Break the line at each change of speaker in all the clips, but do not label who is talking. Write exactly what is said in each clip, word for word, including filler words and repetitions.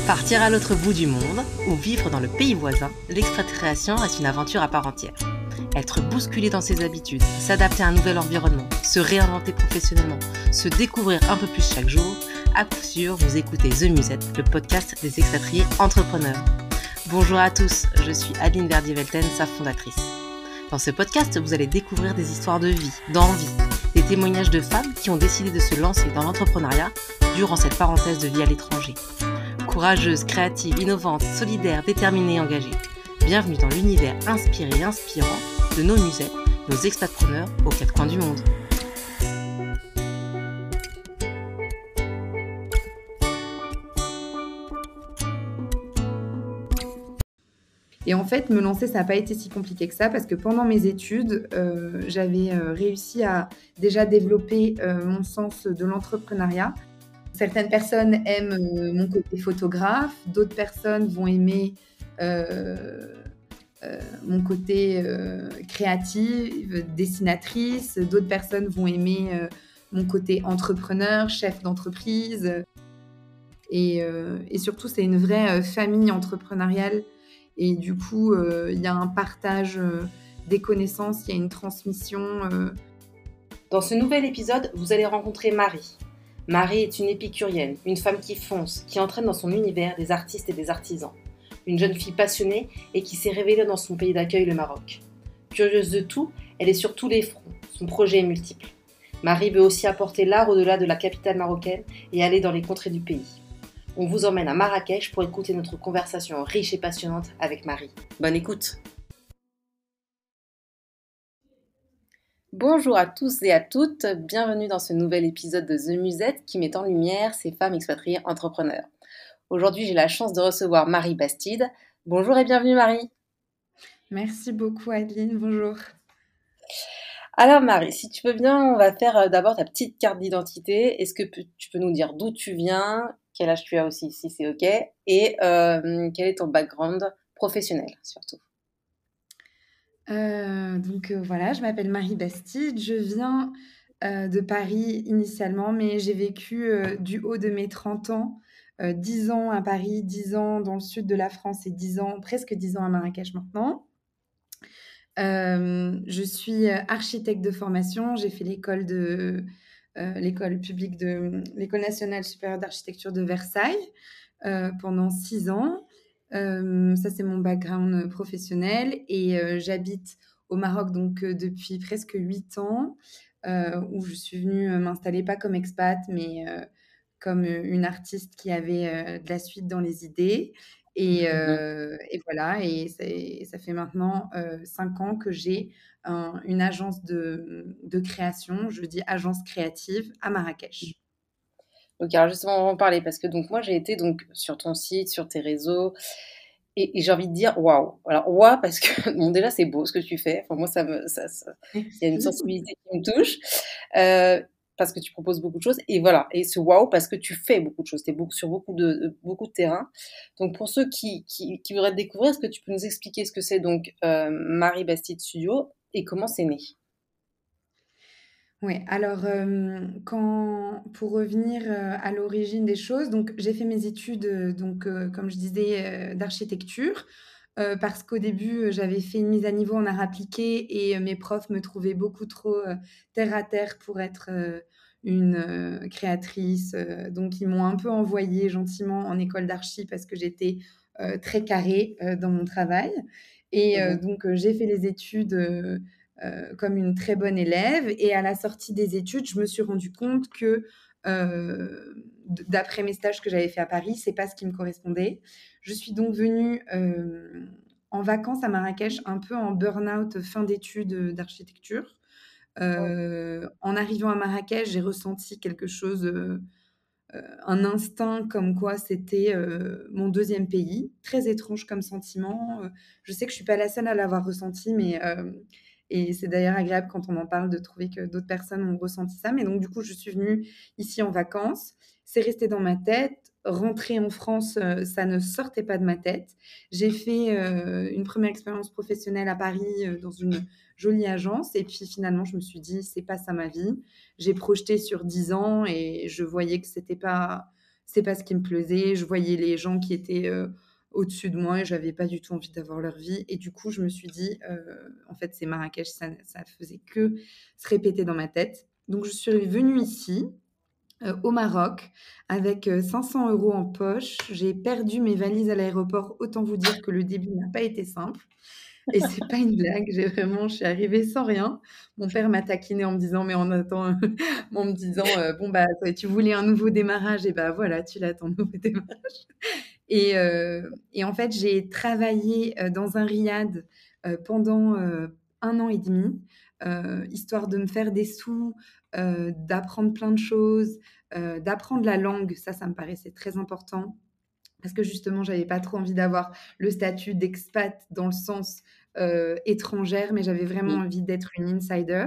Partir à l'autre bout du monde ou vivre dans le pays voisin, l'expatriation est une aventure à part entière. Être bousculé dans ses habitudes, s'adapter à un nouvel environnement, se réinventer professionnellement, se découvrir un peu plus chaque jour, à coup sûr, vous écoutez The Musette, le podcast des expatriés entrepreneurs. Bonjour à tous, je suis Adeline Verdier-Velten, sa fondatrice. Dans ce podcast, vous allez découvrir des histoires de vie, d'envie, des témoignages de femmes qui ont décidé de se lancer dans l'entrepreneuriat durant cette parenthèse de vie à l'étranger. Courageuses, créatives, innovantes, solidaires, déterminées et engagées. Bienvenue dans l'univers inspiré et inspirant de nos musettes, nos expatpreneurs aux quatre coins du monde.
Et en fait, me lancer, ça n'a pas été si compliqué que ça parce que pendant mes études, euh, j'avais euh, réussi à déjà développer euh, mon sens de l'entrepreneuriat. Certaines personnes aiment euh, mon côté photographe, d'autres personnes vont aimer euh, euh, mon côté euh, créative, dessinatrice, d'autres personnes vont aimer euh, mon côté entrepreneur, chef d'entreprise. Et, euh, et surtout, c'est une vraie euh, famille entrepreneuriale. Et du coup, euh, il y a un partage euh, des connaissances, il y a une transmission. Euh...
Dans ce nouvel épisode, vous allez rencontrer Marie. Marie est une épicurienne, une femme qui fonce, qui entraîne dans son univers des artistes et des artisans. Une jeune fille passionnée et qui s'est révélée dans son pays d'accueil, le Maroc. Curieuse de tout, elle est sur tous les fronts. Son projet est multiple. Marie veut aussi apporter l'art au-delà de la capitale marocaine et aller dans les contrées du pays. On vous emmène à Marrakech pour écouter notre conversation riche et passionnante avec Marie. Bonne écoute! Bonjour à tous et à toutes, bienvenue dans ce nouvel épisode de The Musette qui met en lumière ces femmes expatriées entrepreneurs. Aujourd'hui, j'ai la chance de recevoir Marie Bastide. Bonjour et bienvenue Marie.
Merci beaucoup Adeline, bonjour.
Alors Marie, si tu veux bien, on va faire d'abord ta petite carte d'identité. Est-ce que tu peux nous dire d'où tu viens, quel âge tu as aussi, si c'est ok, et euh, quel est ton background professionnel surtout?
Euh, donc euh, voilà, je m'appelle Marie Bastide, je viens euh, de Paris initialement, mais j'ai vécu euh, du haut de mes trente ans, euh, dix ans à Paris, dix ans dans le sud de la France et dix ans, presque dix ans à Marrakech maintenant. Euh, je suis architecte de formation, j'ai fait l'école, de, euh, l'école publique de l'École nationale supérieure d'architecture de Versailles euh, pendant six ans. Euh, ça, c'est mon background professionnel et euh, j'habite au Maroc donc euh, depuis presque huit ans euh, où je suis venue m'installer pas comme expat mais euh, comme une artiste qui avait euh, de la suite dans les idées. Et, euh, et voilà, et ça fait maintenant euh, cinq ans que j'ai un, une agence de, de création, je dis agence créative à Marrakech.
Donc alors justement, on va en parler parce que donc moi j'ai été donc sur ton site, sur tes réseaux. Et, et j'ai envie de dire waouh. Alors waouh parce que bon déjà c'est beau ce que tu fais. Enfin moi ça me ça, ça il y a une sensibilité qui me touche euh, parce que tu proposes beaucoup de choses et voilà et ce waouh parce que tu fais beaucoup de choses. T'es beaucoup sur beaucoup de beaucoup de terrain. Donc pour ceux qui qui, qui voudraient te découvrir, est-ce que tu peux nous expliquer ce que c'est donc euh, Marie Bastide Studio et comment c'est né?
Oui, alors euh, quand, pour revenir euh, à l'origine des choses, donc j'ai fait mes études, euh, donc euh, comme je disais, euh, d'architecture, euh, parce qu'au début euh, j'avais fait une mise à niveau en art appliqué et euh, mes profs me trouvaient beaucoup trop euh, terre à terre pour être euh, une euh, créatrice, euh, donc ils m'ont un peu envoyée gentiment en école d'archi parce que j'étais euh, très carrée euh, dans mon travail. Et euh, donc euh, j'ai fait les études. Euh, euh, comme une très bonne élève. Et à la sortie des études, je me suis rendu compte que, euh, d'après mes stages que j'avais fait à Paris, c'est pas ce qui me correspondait. Je suis donc venue euh, en vacances à Marrakech, un peu en burn-out fin d'études d'architecture. Euh, en arrivant à Marrakech, j'ai ressenti quelque chose, euh, un instinct comme quoi c'était euh, mon deuxième pays. Très étrange comme sentiment. Je sais que je suis pas la seule à l'avoir ressenti, mais euh, et c'est d'ailleurs agréable quand on en parle de trouver que d'autres personnes ont ressenti ça. Mais donc, du coup, je suis venue ici en vacances. C'est resté dans ma tête. Rentrer en France, euh, ça ne sortait pas de ma tête. J'ai fait euh, une première expérience professionnelle à Paris euh, dans une jolie agence. Et puis finalement, je me suis dit, c'est pas ça ma vie. J'ai projeté sur dix ans et je voyais que c'était pas, c'est pas ce qui me plaisait. Je voyais les gens qui étaient, heu, au-dessus de moi et j'avais pas du tout envie d'avoir leur vie et du coup, je me suis dit, heu, en fait, c'est Marrakech, ça ne ça faisait que se répéter dans ma tête. Donc je suis venue ici, heu, au Maroc avec, heu, cinq cents euros en poche. J'ai perdu mes valises à l'aéroport. Autant vous dire que le début n'a pas été simple et c'est pas une blague. J'ai vraiment je suis arrivée sans rien. Mon père m'a taquinée en me disant: «Mais on attend» en me disant, heu: «Bon, bah, toi, tu voulais un nouveau démarrage et bah, voilà, tu l'as ton nouveau démarrage» et heu et en fait, j'ai travaillé, heu, dans un riad, heu, pendant, heu, un an et demi, heu, histoire de me faire des sous, heu, d'apprendre plein de choses, heu, d'apprendre la langue. Ça, ça me paraissait très important parce que justement, j'avais pas trop envie d'avoir le statut d'expat dans le sens, heu, étrangère, mais j'avais vraiment
Mmh.
envie d'être une insider.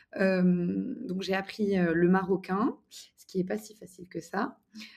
Hem, donc j'ai appris, heu, le marocain, ce qui est pas si facile que ça.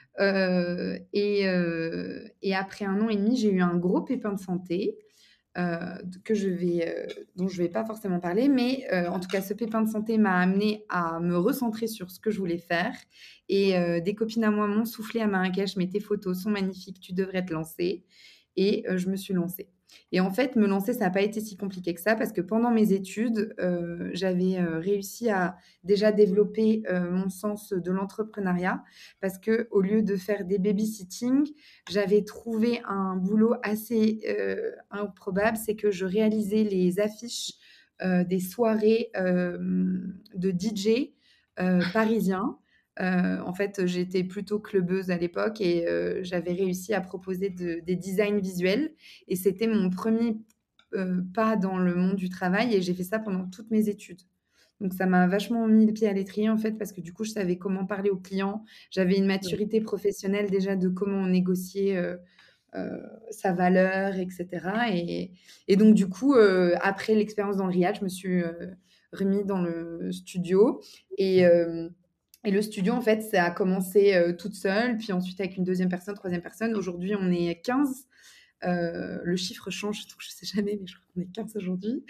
Heu et heu et après un an et demi, j'ai eu un gros pépin de santé, heu, d que je vais, heu, dont je vais pas forcément parler, mais heu, en tout cas, ce pépin de santé m'a amenée à me recentrer sur ce que je voulais faire et heu, des copines à moi m'ont soufflé à Marrakech: «Mais tes photos sont magnifiques, tu devrais te lancer» et heu, je me suis lancée et en fait, me lancer, ça a pas été si compliqué que ça parce que pendant mes études, heu, j'avais, heu, réussi à déjà développer, heu, mon sens de l'entrepreneuriat parce qu'au lieu de faire des babysitting, j'avais trouvé un boulot assez, heu, improbable. C'est que je réalisais les affiches, heu, des soirées, hem, de D J, heu, parisiens. Heu, en fait, j'étais plutôt clubbeuse à l'époque et heu, j'avais réussi à proposer de des designs visuels et c'était mon premier heu, pas dans le monde du travail et j'ai fait ça pendant toutes mes études. Donc ça m'a vachement mis le pied à l'étrier, en fait, parce que du coup, je savais comment parler aux clients. J'avais une
Oui.
maturité professionnelle déjà de comment négocier, heu heu, sa valeur et cetera et et donc du coup, heu, après l'expérience dans le riad, je me suis, heu, remis dans le studio et hem et le studio, en fait, ça a commencé, heu, toute seule, puis ensuite avec une deuxième personne, troisième personne. Aujourd'hui, on est quinze. Heu, le chiffre change, donc je sais jamais, mais je crois qu'on est quinze aujourd'hui.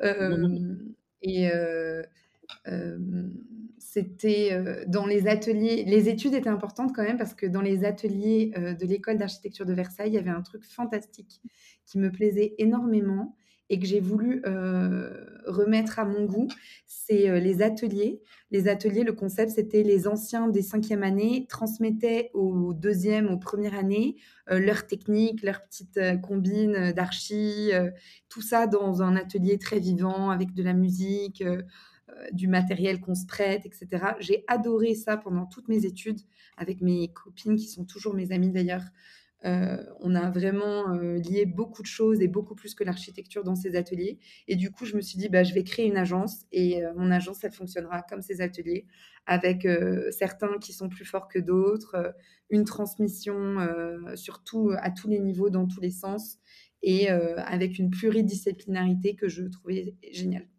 Hem et heu Hem, c'était, heu, dans les ateliers les études étaient importantes quand même parce que dans les ateliers, heu, de l'école d'architecture de Versailles, il y avait un truc fantastique qui me plaisait énormément et que j'ai voulu, heu, remettre à mon goût. C'est, heu, les ateliers. Les ateliers, le concept, c'était les anciens des cinquièmes années transmettaient aux deuxièmes, aux premières années, heu, leurs techniques, leurs petites, heu, combines, heu, d'archi, heu, tout ça dans un atelier très vivant avec de la musique, heu heu, du matériel qu'on se prête et cetera. J'ai adoré ça pendant toutes mes études avec mes copines qui sont toujours mes amies d'ailleurs. Heu, on a vraiment, heu, lié beaucoup de choses et beaucoup plus que l'architecture dans ces ateliers et du coup, je me suis dit: «Bah, je vais créer une agence et heu, mon agence, elle fonctionnera comme ces ateliers avec, heu, certains qui sont plus forts que d'autres, heu, une transmission, heu, surtout à tous les niveaux, dans tous les sens et heu, avec une pluridisciplinarité que je trouvais géniale».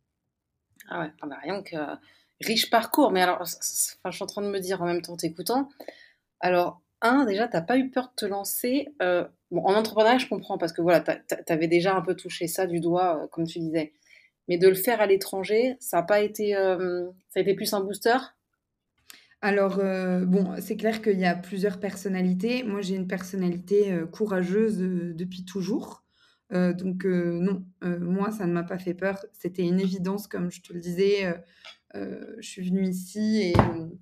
Ah ouais, ah bah, rien que, heu, riche parcours, mais alors c c enfin, je suis en train de me dire en même temps en t'écoutant, alors un déjà tu as pas eu peur de te lancer, heu, bon en entrepreneuriat je comprends parce que voilà, tu as tu as tu avais déjà un peu touché ça du doigt, heu, comme tu disais. Mais de le faire à l'étranger, ça a pas été, hem, ça a été plus un booster?
Alors, heu, bon, c'est clair qu'il y a plusieurs personnalités. Moi, j'ai une personnalité, heu, courageuse, heu, depuis toujours. Heu, donc, heu, non, heu, moi, ça ne m'a pas fait peur. C'était une évidence, comme je te le disais, heu heu, je suis venue ici et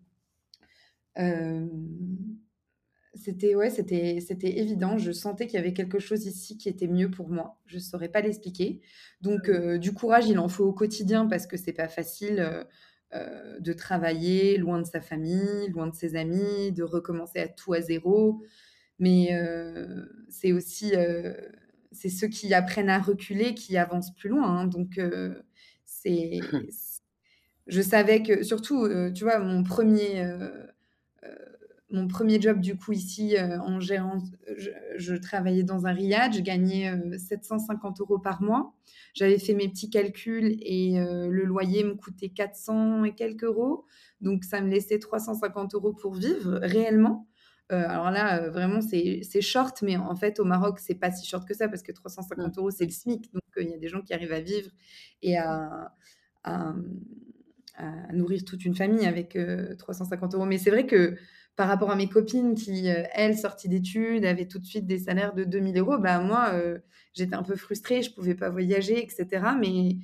hem, c'était ouais, c'était c'était évident. Je sentais qu'il y avait quelque chose ici qui était mieux pour moi. Je saurais pas l'expliquer. Donc,
Mmh.
heu, du courage, il en faut au quotidien parce que c'est pas facile, heu heu, de travailler loin de sa famille, loin de ses amis, de recommencer à tout à zéro. Mais, heu, c'est aussi, heu, c'est ceux qui apprennent à reculer qui avancent plus loin, hein. Donc, heu, c'est c je savais que surtout, heu, tu vois, mon premier er mon premier job du coup ici, heu, en gérance, je je travaillais dans un riad, je gagnais, heu, sept cent cinquante euros par mois. J'avais fait mes petits calculs et heu, le loyer me coûtait quatre cents et quelques euros, donc ça me laissait trois cent cinquante euros pour vivre réellement. Heu, alors là, heu, vraiment c'est c'est short, mais en fait au Maroc, c'est pas si short que ça parce que trois cent
Mmh.
cinquante euros c'est le SMIC, donc heu, il y a des gens qui arrivent à vivre et à à, mmh, à nourrir toute une famille avec, heu, trois cent cinquante euros. Mais c'est vrai que par rapport à mes copines qui, heu, elles, sorties d'études, avaient tout de suite des salaires de deux mille euros, bah, moi, heu, j'étais un peu frustrée, je pouvais pas voyager et cetera. Mais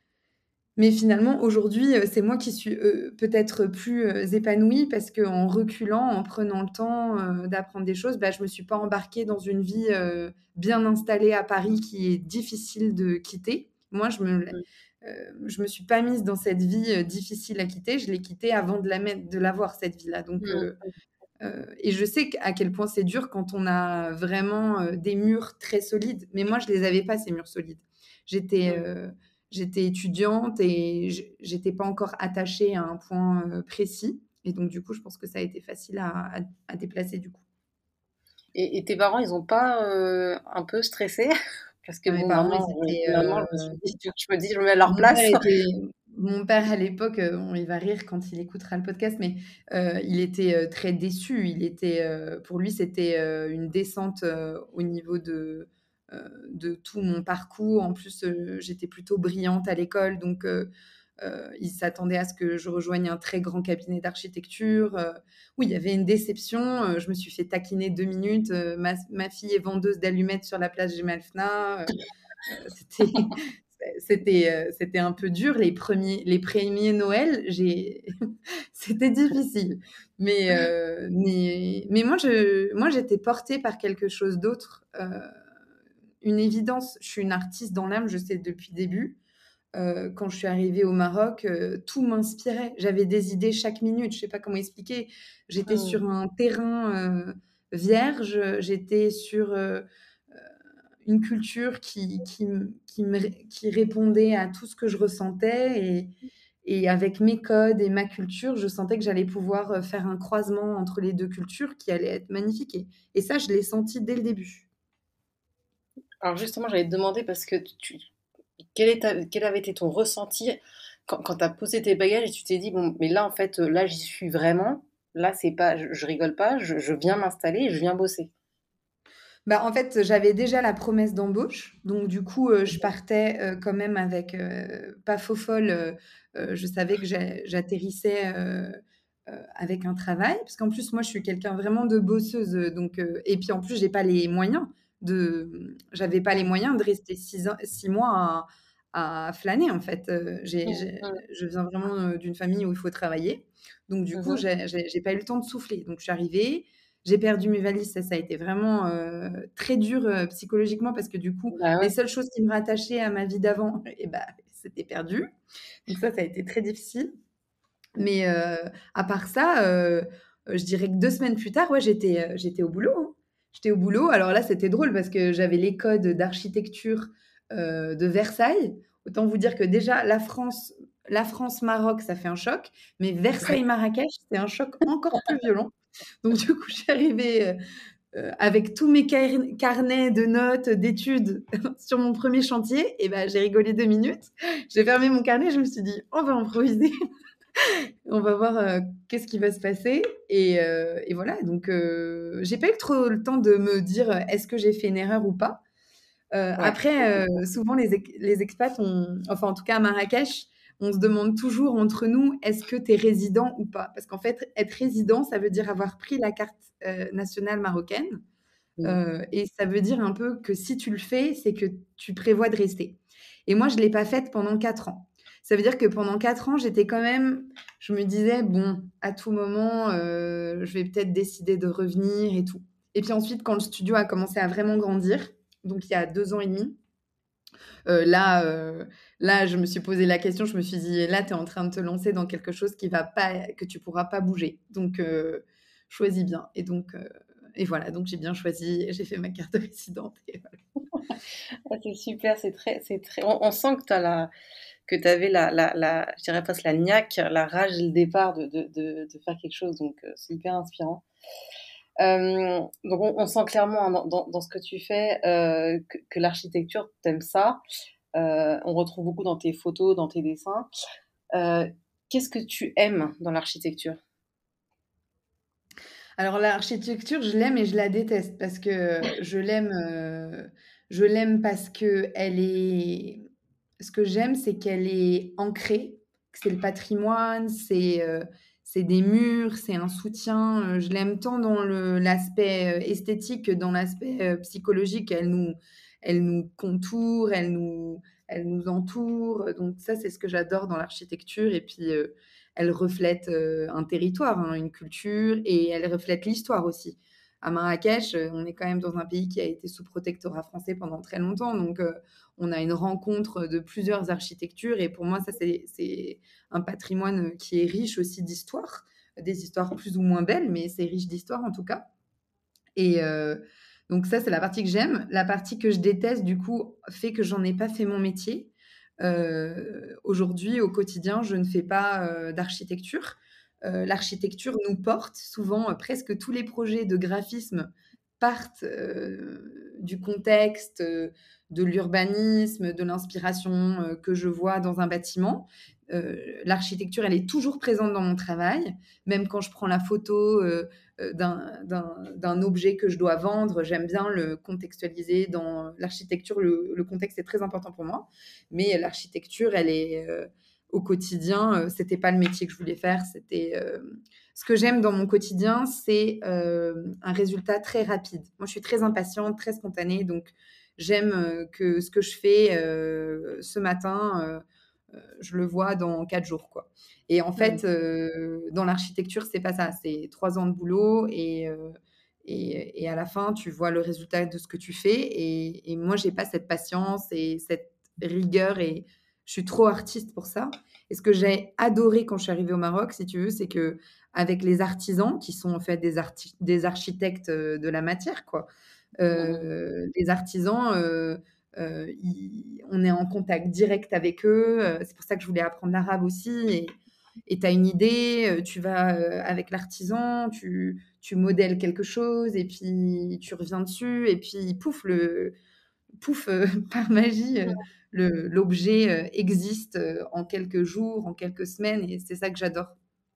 mais finalement, aujourd'hui, heu, c'est moi qui suis, heu, peut-être plus, heu, épanouie parce qu'en reculant, en prenant le temps, heu, d'apprendre des choses, bah, je me suis pas embarquée dans une vie, heu, bien installée à Paris qui est difficile de quitter. Moi, je me l
Mmh.
heu, je me suis pas mise dans cette vie, heu, difficile à quitter. Je l'ai quittée avant de la mettre de l'avoir cette vie-là. Donc
Mmh.
heu heu et je sais q à quel point c'est dur quand on a vraiment, heu, des murs très solides. Mais moi, je les avais pas ces murs solides. J'étais,
Mmh.
heu, j'étais étudiante et j j'étais pas encore attachée à un point, heu, précis et donc du coup, je pense que ça a été facile à à à déplacer du coup.
Et et tes parents, ils ont pas, heu, un peu stressé? Parce que
Ah, mes
bon,
parents, ils
maintenant, heu,
étaient,
maintenant, je me
heu
suis dit tu je me dis: «Je me mets à leur
mon père
place».
était mon père à l'époque, heu, bon, il va rire quand il écoutera le podcast, mais heu, il était, heu, très déçu. Il était, heu, pour lui, c'était, heu, une descente, heu, au niveau de, heu, de tout mon parcours. En plus, heu, j'étais plutôt brillante à l'école, donc heu heu, il s'attendait à ce que je rejoigne un très grand cabinet d'architecture, heu. Oui, il y avait une déception, heu, je me suis fait taquiner deux minutes, heu, ma s ma fille est vendeuse d'allumettes sur la place Gemalfna, heu heu, c'était c'était, heu, c'était un peu dur les premiers les premiers Noël, j'ai c'était difficile. Mais heu, mais mais moi je moi j'étais portée par quelque chose d'autre, heu, une évidence. Je suis une artiste dans l'âme, je sais depuis le début. Heu, quand je suis arrivée au Maroc, heu, tout m'inspirait. J'avais des idées chaque minute, je sais pas comment expliquer. J'étais
Mmh.
sur un terrain, heu, vierge, j'étais sur, heu heu, une culture qui qui m qui me ré qui répondait à tout ce que je ressentais et et avec mes codes et ma culture, je sentais que j'allais pouvoir, heu, faire un croisement entre les deux cultures qui allait être magnifique et et ça, je l'ai senti dès le début.
Alors justement, j'allais te demander parce que tu quel est ta quel avait été ton ressenti quand quand tu as posé tes bagages et tu t'es dit: «Bon, mais là, en fait, heu, là, j'y suis vraiment. Là, c'est pas je je rigole pas, je je viens m'installer et je viens bosser».
Bah, en fait, j'avais déjà la promesse d'embauche, donc du coup, heu, je
Mmh.
partais, heu, quand même avec, heu, pas faux folle, heu heu, je savais que j'a j'atterrissais, heu heu, avec un travail. Parce qu'en plus, moi, je suis quelqu'un vraiment de bosseuse, heu, donc heu et puis en plus, j'ai pas les moyens de mmh, j'avais pas les
Mmh.
moyens de rester six ans six mois à à flâner, en fait, heu, j'ai
Mmh.
j'ai
Mmh.
je viens vraiment, heu, d'une famille où il faut travailler, donc du
Mmh
coup,
mh.
j'ai j'ai j'ai pas eu le temps de souffler. Donc je suis arrivée, j'ai perdu mes valises, ça, ça a été vraiment, heu, très dur, heu, psychologiquement parce que du coup,
Bah,
les
ouais.
seules choses qui me rattachaient à ma vie d'avant et bah, c'était perdu. Donc ça, ça a été très difficile. Mais heu, à part ça, heu heu, je dirais que deux semaines plus tard, ouais, j'étais, heu, j'étais au boulot, hein. J'étais au boulot. Alors là, c'était drôle parce que j'avais les codes d'architecture, heu, de Versailles. Autant vous dire que déjà la France la France-Maroc, ça fait un choc, mais
Ouais.
Versailles-Marrakech, c'est un choc encore plus violent. Donc du coup, je suis arrivée, heu heu, avec tous mes cairn carnets de notes, d'études sur mon premier chantier et bah, j'ai rigolé deux minutes. J'ai fermé mon carnet, je me suis dit: «On va improviser, on va voir, heu, qu'est-ce qui va se passer?» et heu et voilà donc heu, j'ai pas eu trop le temps de me dire, heu: «Est-ce que j'ai fait une erreur ou pas?» Heu,
Ouais, ça, c'est
après,
clair.
heu, souvent les ex les expats on enfin en tout cas à Marrakech, on se demande toujours entre nous: «Est-ce que tu es résident ou pas?» parce qu'en fait, être résident, ça veut dire avoir pris la carte, heu, nationale marocaine,
Mmh.
heu et ça veut dire un peu que si tu le fais, c'est que tu prévois de rester et moi, je l'ai pas faite pendant quatre ans. Ça veut dire que pendant quatre ans, j'étais quand même je me disais: «Bon, à tout moment, heu, je vais peut-être décider de revenir et tout» et puis ensuite, quand le studio a commencé à vraiment grandir, donc il y a deux ans et demi, heu, là, heu, là, je me suis posé la question, je me suis dit: «Là, tu es en train de te lancer dans quelque chose qui va pas que tu pourras pas bouger, donc heu, choisis bien» et donc heu et voilà, donc j'ai bien choisi, j'ai fait ma carte de résidente et voilà.
Ah, c'est super, c'est très c'est très on on sent que tu as la que tu avais la la la je dirais presque la niaque, la rage dès le départ de de de de faire quelque chose, donc heu, c'est hyper inspirant. Hem, donc on on sent clairement, hein, dans dans dans ce que tu fais, heu, que que l'architecture, tu aimes ça. Heu, on retrouve beaucoup dans tes photos, dans tes dessins. Heu, qu'est-ce que tu aimes dans l'architecture?
Alors l'architecture, je l'aime et je la déteste parce que je l'aime, heu, je l'aime parce qu'elle est ce que j'aime, c'est qu'elle est ancrée, que c'est le patrimoine, c'est, heu, c'est des murs, c'est un soutien. Euh, je l'aime tant dans le, l'aspect euh, esthétique que dans l'aspect euh, psychologique. Elle nous, elle nous contourne, elle nous, elle nous entoure. Donc ça, c'est ce que j'adore dans l'architecture. Et puis, euh, elle reflète euh, un territoire, hein, une culture, et elle reflète l'histoire aussi. À Marrakech, euh, on est quand même dans un pays qui a été sous protectorat français pendant très longtemps. Donc, euh, on a une rencontre de plusieurs architectures. Et pour moi, ça, c'est, c'est un patrimoine qui est riche aussi d'histoire, des histoires plus ou moins belles, mais c'est riche d'histoire en tout cas. Et euh, donc ça, c'est la partie que j'aime. La partie que je déteste, du coup, fait que j'en ai pas fait mon métier. Euh, aujourd'hui, au quotidien, je ne fais pas euh, d'architecture. Euh, l'architecture nous porte. Souvent, euh, presque tous les projets de graphisme partent euh, du contexte, euh, de l'urbanisme, de l'inspiration euh, que je vois dans un bâtiment. Euh, l'architecture, elle est toujours présente dans mon travail. Même quand je prends la photo euh, euh, d'un, d'un, d'un objet que je dois vendre, j'aime bien le contextualiser dans l'architecture. Le, le contexte est très important pour moi. Mais l'architecture, elle est euh, au quotidien, euh, c'était pas le métier que je voulais faire. C'était euh, ce que j'aime dans mon quotidien, c'est euh, un résultat très rapide. Moi, je suis très impatiente, très spontanée, donc j'aime euh, que ce que je fais euh, ce matin, euh, euh, je le vois dans quatre jours, quoi. Et en fait, euh, dans l'architecture, c'est pas ça. C'est trois ans de boulot et euh, et, et à la fin, tu vois le résultat de ce que tu fais. Et, et moi, j'ai pas cette patience et cette rigueur et je suis trop artiste pour ça. Et ce que j'ai adoré quand je suis arrivée au Maroc, si tu veux, c'est que avec les artisans qui sont en fait des, arti- des architectes euh, de la matière, quoi. Euh, les artisans, euh, euh, ils- on est en contact direct avec eux. Euh, c'est pour ça que je voulais apprendre l'arabe aussi. Et et tu as une idée, euh, tu vas euh, avec l'artisan, tu, tu modèles quelque chose et puis tu reviens dessus et puis pouf, le, pouf, euh, par magie, euh, le- l'objet euh, existe euh, en quelques jours, en quelques semaines, et c'est ça que j'adore.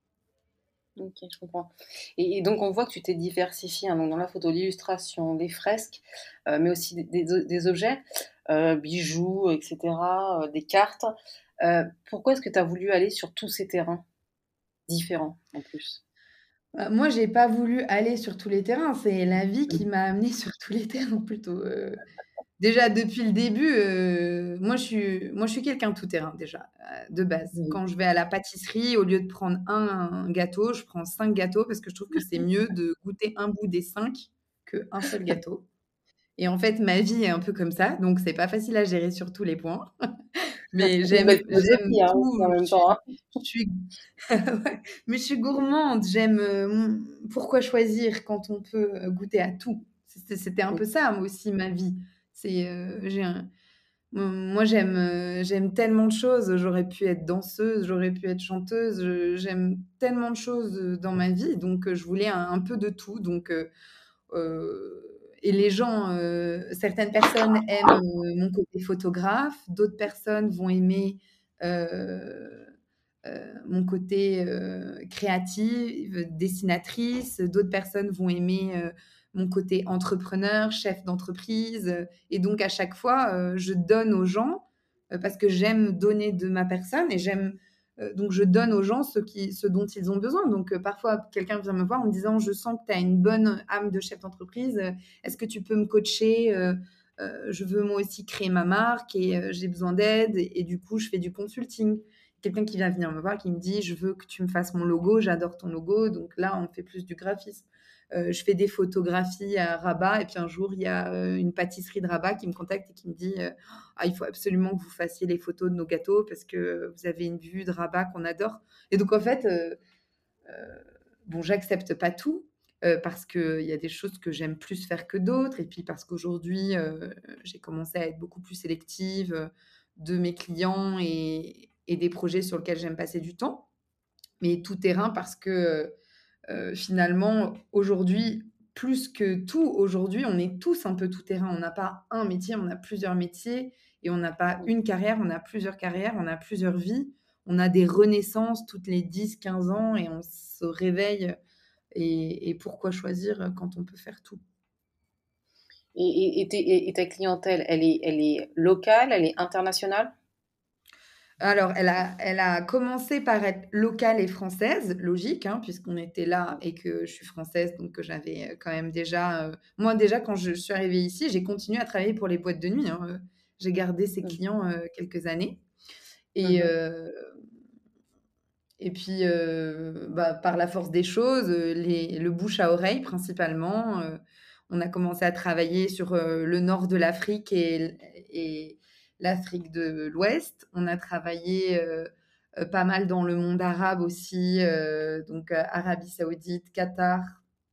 Ok, je comprends. Et, et donc on voit que tu t'es diversifié, hein, donc dans la photo, l'illustration, les fresques, euh, mais aussi des, des- des objets, euh, bijoux, et cetera, euh, des cartes. Euh, pourquoi est-ce que tu as voulu aller sur tous ces terrains différents en plus?
Euh, Moi, j'ai pas voulu aller sur tous les terrains, c'est la vie qui m'a amenée sur tous les terrains plutôt. Euh, déjà, depuis le début, euh, moi, je suis, moi, je suis quelqu'un tout terrain déjà, euh, de base.
Mhm.
Quand je vais à la pâtisserie, au lieu de prendre un, un gâteau, je prends cinq gâteaux parce que je trouve que c'est mieux de goûter un bout des cinq qu'un seul gâteau. Et en fait, ma vie est un peu comme ça, donc c'est pas facile à gérer sur tous les points. Mais
Une
j'aime,
belle
j'aime
philosophie, hein, aussi,
tout.
en
Je
même
suis,
temps, hein.
je suis, ouais, mais je suis gourmande. J'aime. euh, mon- Pourquoi choisir quand on peut euh, goûter à tout? C'était c'était un peu ça, moi aussi, ma vie. C'est, euh, j'ai un- moi, j'aime, euh, j'aime tellement de choses. J'aurais pu être danseuse, j'aurais pu être chanteuse. je- J'aime tellement de choses euh, dans ma vie, donc euh, je voulais un, un peu de tout. Donc euh, euh, et les gens, euh, certaines personnes aiment euh, mon côté photographe, d'autres personnes vont aimer euh, euh, mon côté euh, créative, dessinatrice, d'autres personnes vont aimer euh, mon côté entrepreneur, chef d'entreprise. Et donc à chaque fois, euh, je donne aux gens euh, parce que j'aime donner de ma personne et j'aime euh, donc je donne aux gens ce, qui, ce dont ils ont besoin. Donc euh, parfois, quelqu'un vient me voir en me disant, je sens que tu as une bonne âme de chef d'entreprise. Euh, Est-ce que tu peux me coacher? Euh, euh, Je veux moi aussi créer ma marque et euh, j'ai besoin d'aide. Et, et du coup, je fais du consulting. Quelqu'un qui vient venir me voir, qui me dit, je veux que tu me fasses mon logo, j'adore ton logo. Donc là, on fait plus du graphisme. Euh, je fais des photographies à Rabat et puis un jour, il y a euh, une pâtisserie de Rabat qui me contacte et qui me dit euh, ah, il faut absolument que vous fassiez les photos de nos gâteaux parce que vous avez une vue de Rabat qu'on adore. Et donc, en fait, euh, euh, bon, j'accepte pas tout euh, parce qu'il y a des choses que j'aime plus faire que d'autres. Et puis parce qu'aujourd'hui, euh, j'ai commencé à être beaucoup plus sélective euh, de mes clients et, et des projets sur lesquels j'aime passer du temps. Mais tout terrain parce que euh, finalement, aujourd'hui, plus que tout, aujourd'hui, on est tous un peu tout terrain. On n'a pas un métier, on a plusieurs métiers et on n'a pas une carrière, on a plusieurs carrières, on a plusieurs vies. On a des renaissances toutes les dix, quinze ans et on se réveille. Et, et pourquoi choisir quand on peut faire tout?
Et, et- et tes- et- et ta clientèle, elle est, elle est locale, elle est internationale?
Alors, elle a elle a commencé par être locale et française, logique, hein, puisqu'on était là et que je suis française, donc que j'avais, heu, quand même déjà, heu moi déjà quand je suis arrivée ici, j'ai continué à travailler pour les boîtes de nuit, hein, heu, j'ai gardé ces
Mmh.
clients, heu, quelques années et
Mmh.
heu et puis, heu, bah, par la force des choses, heu, les le bouche à oreille principalement, heu, on a commencé à travailler sur, heu, le nord de l'Afrique et l et l'Afrique de l'Ouest. On a travaillé, heu heu, pas mal dans le monde arabe aussi, heu, donc, heu, Arabie Saoudite, Qatar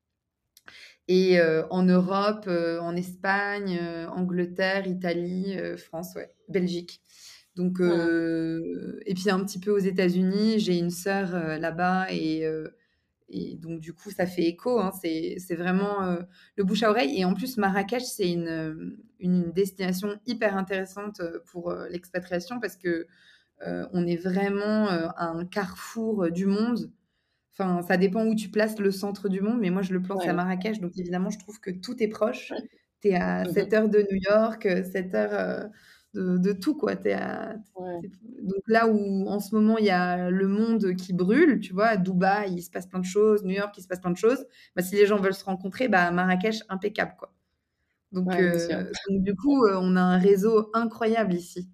et heu, en Europe, heu, en Espagne, heu, Angleterre, Italie, heu, France, ouais, Belgique. Donc,
Mmh.
heu et puis un petit peu aux États-Unis. J'ai une sœur, heu, là-bas et heu et donc du coup, ça fait écho, hein. C'est c'est vraiment, heu, le bouche à oreille et en plus Marrakech, c'est une, hem, une destination hyper intéressante, heu, pour, heu, l'expatriation parce que, heu, on est vraiment, heu, à un carrefour, heu, du monde. Enfin, ça dépend où tu places le centre du monde, mais moi je le place
Ouais,
à
bien sûr.
Marrakech, donc évidemment, je trouve que tout est proche. Tu es à
Mmh.
sept heures de New York, heu, sept heures, heu, de de tout quoi. Tu es à
Ouais.
tu donc là où en ce moment il y a le monde qui brûle, tu vois? À Dubaï, il se passe plein de choses, New York, il se passe plein de choses. Bah, si les gens veulent se rencontrer, bah, Marrakech, impeccable quoi. Donc
Ouais, bien sûr.
heu, donc du coup, heu, on a un réseau incroyable ici.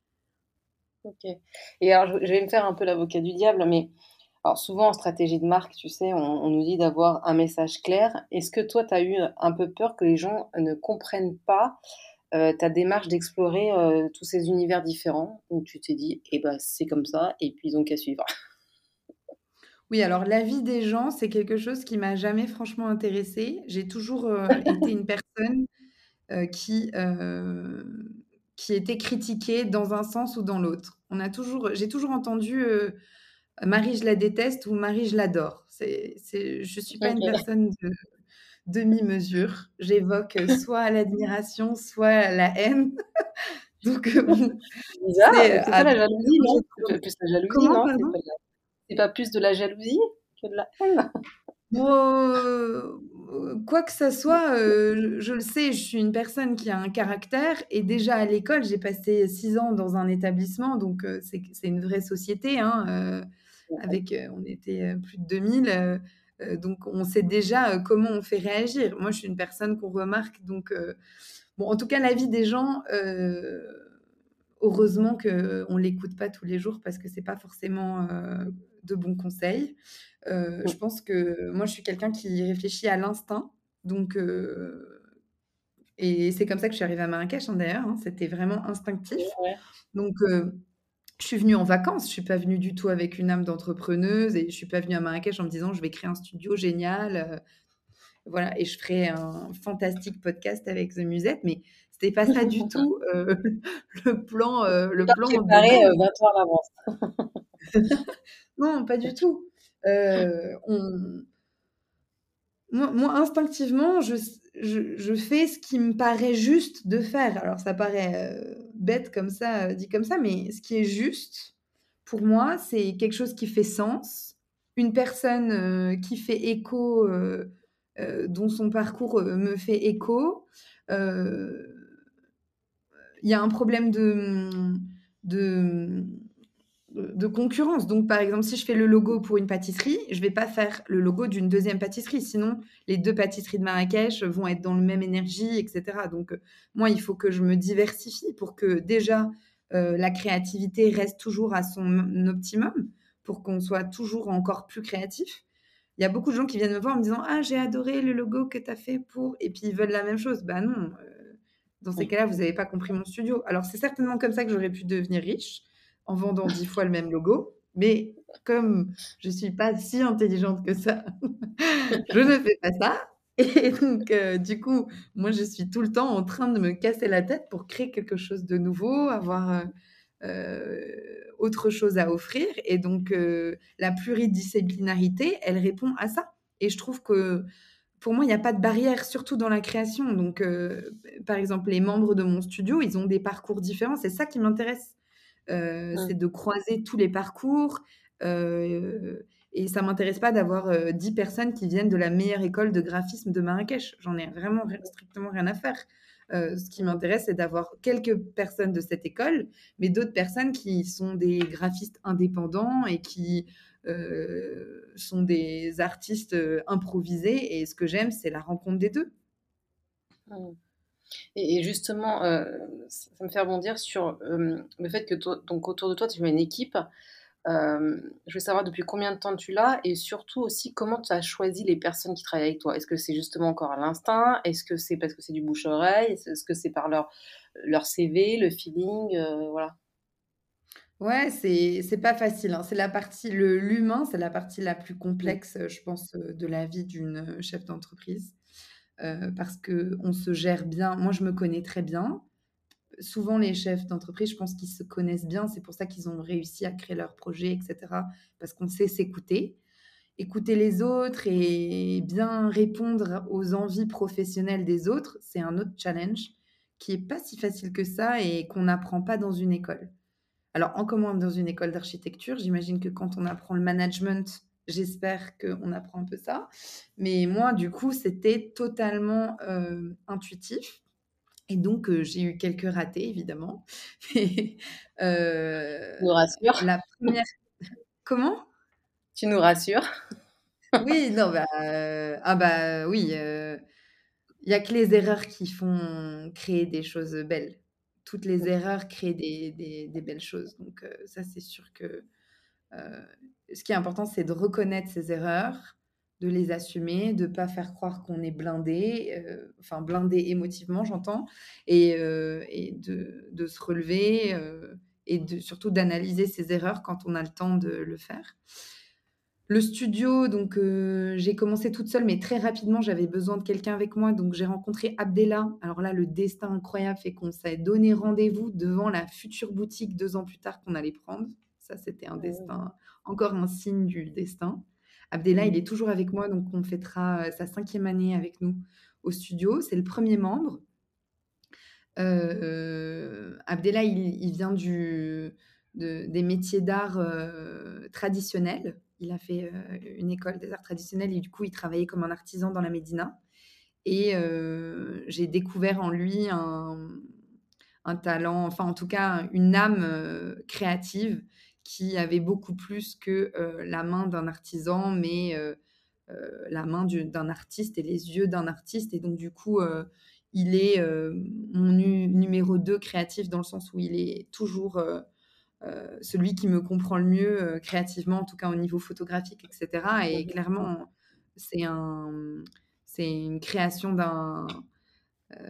OK. Et alors je je vais me faire un peu l'avocat du diable, mais alors souvent en stratégie de marque, tu sais, on on nous dit d'avoir un message clair. Est-ce que toi, tu as eu un peu peur que les gens ne comprennent pas, heu, ta démarche d'explorer, heu, tous ces univers différents? Ou tu t'es dit: «Eh bah, c'est comme ça et puis ils ont qu'à suivre»?
Oui, alors l'avis des gens, c'est quelque chose qui m'a jamais franchement intéressée. J'ai toujours, heu, été une personne heu, qui, heu, qui était critiquée dans un sens ou dans l'autre. On a toujours j'ai toujours entendu, heu, «Marie, je la déteste» ou «Marie, je l'adore». C'est c'est je suis pas une
OK.
personne de demi-mesure. J'évoque, heu, soit l'admiration, soit la haine. Donc, heu, bon,
Bizarre,
c'est
c'est pas
à
la jalousie,
moi, j'ai
non? C'est
toujours
pas plus la jalousie,
comment,
non? C'est
pardon?
pas de la c'est pas plus de la jalousie que de la haine?
Heu, quoi que ça soit, heu, je je le sais, je suis une personne qui a un caractère et déjà à l'école, j'ai passé six ans dans un établissement, donc heu, c'est q c'est une vraie société, hein, heu,
Mmh.
avec, heu, on était, heu, plus de deux mille, heu heu, donc on sait déjà, heu, comment on fait réagir. Moi, je suis une personne qu'on remarque, donc heu, bon, en tout cas, l'avis des gens, heu, heureusement qu'on l'écoute pas tous les jours parce que c'est pas forcément, heu, de bons conseils. Heu, je
Mmh.
pense que moi, je suis quelqu'un qui réfléchit à l'instinct, donc heu et c'est comme ça que je suis arrivée à Marrakech, hein, d'ailleurs, hein, c'était vraiment instinctif.
Ouais.
Donc heu, je suis venue en vacances, je suis pas venue du tout avec une âme d'entrepreneuse et je suis pas venue à Marrakech en me disant: «Je vais créer un studio génial, heu, voilà et je ferai un fantastique podcast avec The Musette», mais c'était pas ça du tout, heu, le plan, heu,
C'est
le
pas
plan de
préparé, heu,
base.
vingt ans à l'avance.
Non, pas du tout. Heu, on Moi moi, instinctivement, je s je je fais ce qui me paraît juste de faire. Alors ça paraît, heu, bête comme ça, heu, dit comme ça, mais ce qui est juste, pour moi, c'est quelque chose qui fait sens. Une personne, heu, qui fait écho, heu heu, dont son parcours, heu, me fait écho. Heu, il y a un problème de, mmh, de, mmh de de concurrence. Donc, par exemple, si je fais le logo pour une pâtisserie, je vais pas faire le logo d'une deuxième pâtisserie. Sinon, les deux pâtisseries de Marrakech vont être dans le même énergie et cetera. Donc, heu, moi, il faut que je me diversifie pour que déjà, heu, la créativité reste toujours à son m optimum, pour qu'on soit toujours encore plus créatif. Il y a beaucoup de gens qui viennent me voir en me disant: «Ah, j'ai adoré le logo que tu as fait pour» et puis ils veulent la même chose. Bah non, heu, dans ces
Mmh.
cas-là, vous avez pas compris mon studio. Alors c'est certainement comme ça que j'aurais pu devenir riche, en vendant dix fois le même logo, mais comme je suis pas si intelligente que ça, je ne fais pas ça et donc heu, du coup, moi, je suis tout le temps en train de me casser la tête pour créer quelque chose de nouveau, avoir, heu heu, autre chose à offrir et donc heu, la pluridisciplinarité, elle répond à ça et je trouve que, pour moi, il y a pas de barrière, surtout dans la création donc heu, par exemple, les membres de mon studio, ils ont des parcours différents, c'est ça qui m'intéresse. Heu,
Mmh.
c'est de croiser tous les parcours, heu et ça m'intéresse pas d'avoir, heu, dix personnes qui viennent de la meilleure école de graphisme de Marrakech. J'en ai vraiment ri strictement rien à faire. Heu, ce qui
Mmh.
m'intéresse, c'est d'avoir quelques personnes de cette école, mais d'autres personnes qui sont des graphistes indépendants et qui, heu, sont des artistes, heu, improvisés et ce que j'aime, c'est la rencontre des deux.
Mmh. Et et justement, heu, ça ça me fait rebondir sur, hem, le fait que toi donc autour de toi, tu as une équipe. Hem, je veux savoir depuis combien de temps tu l'as et surtout aussi comment tu as choisi les personnes qui travaillent avec toi? Est-ce que c'est justement encore à l'instinct? Est-ce que c'est parce que c'est du bouche-oreille? Est-ce est-ce que c'est par leur leur C V, le feeling, heu, voilà?
Ouais, c'est c'est pas facile, hein. C'est la partie le l'humain, c'est la partie la plus
Mmh.
complexe, heu, je pense, heu, de la vie d'une, heu, chef d'entreprise, heu, parce qu'on se gère bien. Moi, je me connais très bien. Souvent, les chefs d'entreprise, je pense qu'ils se connaissent bien. C'est pour ça qu'ils ont réussi à créer leur projet et cetera, parce qu'on sait s'écouter. Écouter les autres et bien répondre aux envies professionnelles des autres, c'est un autre challenge qui est pas si facile que ça et qu'on n'apprend pas dans une école. Alors, encore moins dans une école d'architecture. J'imagine que quand on apprend le management, j'espère qu'on apprend un peu ça. Mais moi, du coup, c'était totalement, heu, intuitif et donc heu, j'ai eu quelques ratés évidemment. Mais heu,
Tu nous rassures.
la première comment?
Tu nous rassures.
Oui, non, bah, heu, ah bah, oui, heu, il y a que les erreurs qui font créer des choses, belles. Toutes les erreurs créent des des des belles choses donc heu, ça, c'est sûr que Heu, ce qui est important, c'est de reconnaître ses erreurs, de les assumer, de pas faire croire qu'on est blindé, heu, enfin blindé émotivement, j'entends et heu et de de se relever, heu et de surtout d'analyser ses erreurs quand on a le temps de le faire. Le studio, donc heu, j'ai commencé toute seule, mais très rapidement, j'avais besoin de quelqu'un avec moi, donc j'ai rencontré Abdellah. Alors là, le destin incroyable fait qu'on s'est donné rendez-vous devant la future boutique deux ans plus tard qu'on allait prendre. Ça, c'était un
Ah oui.
destin, encore un signe du destin. Abdellah, il est toujours avec moi, donc on fêtera, heu, sa cinquième année avec nous au studio. C'est le premier membre. Heu, Abdellah, il il vient du de des métiers d'art, heu, traditionnels. Il a fait, heu, une école des arts traditionnels et du coup, il travaillait comme un artisan dans la médina et heu, j'ai découvert en lui un un talent, enfin, en tout cas, une âme, heu, créative qui avait beaucoup plus que, heu, la main d'un artisan, mais heu heu, la main du d'un artiste et les yeux d'un artiste et donc du coup, heu, il est, heu, mon nu numéro deux créatif dans le sens où il est toujours, heu heu, celui qui me comprend le mieux, heu, créativement, en tout cas au niveau photographique et cetera et
Mmh mh.
clairement, c'est un, c'est une création d'un, heu,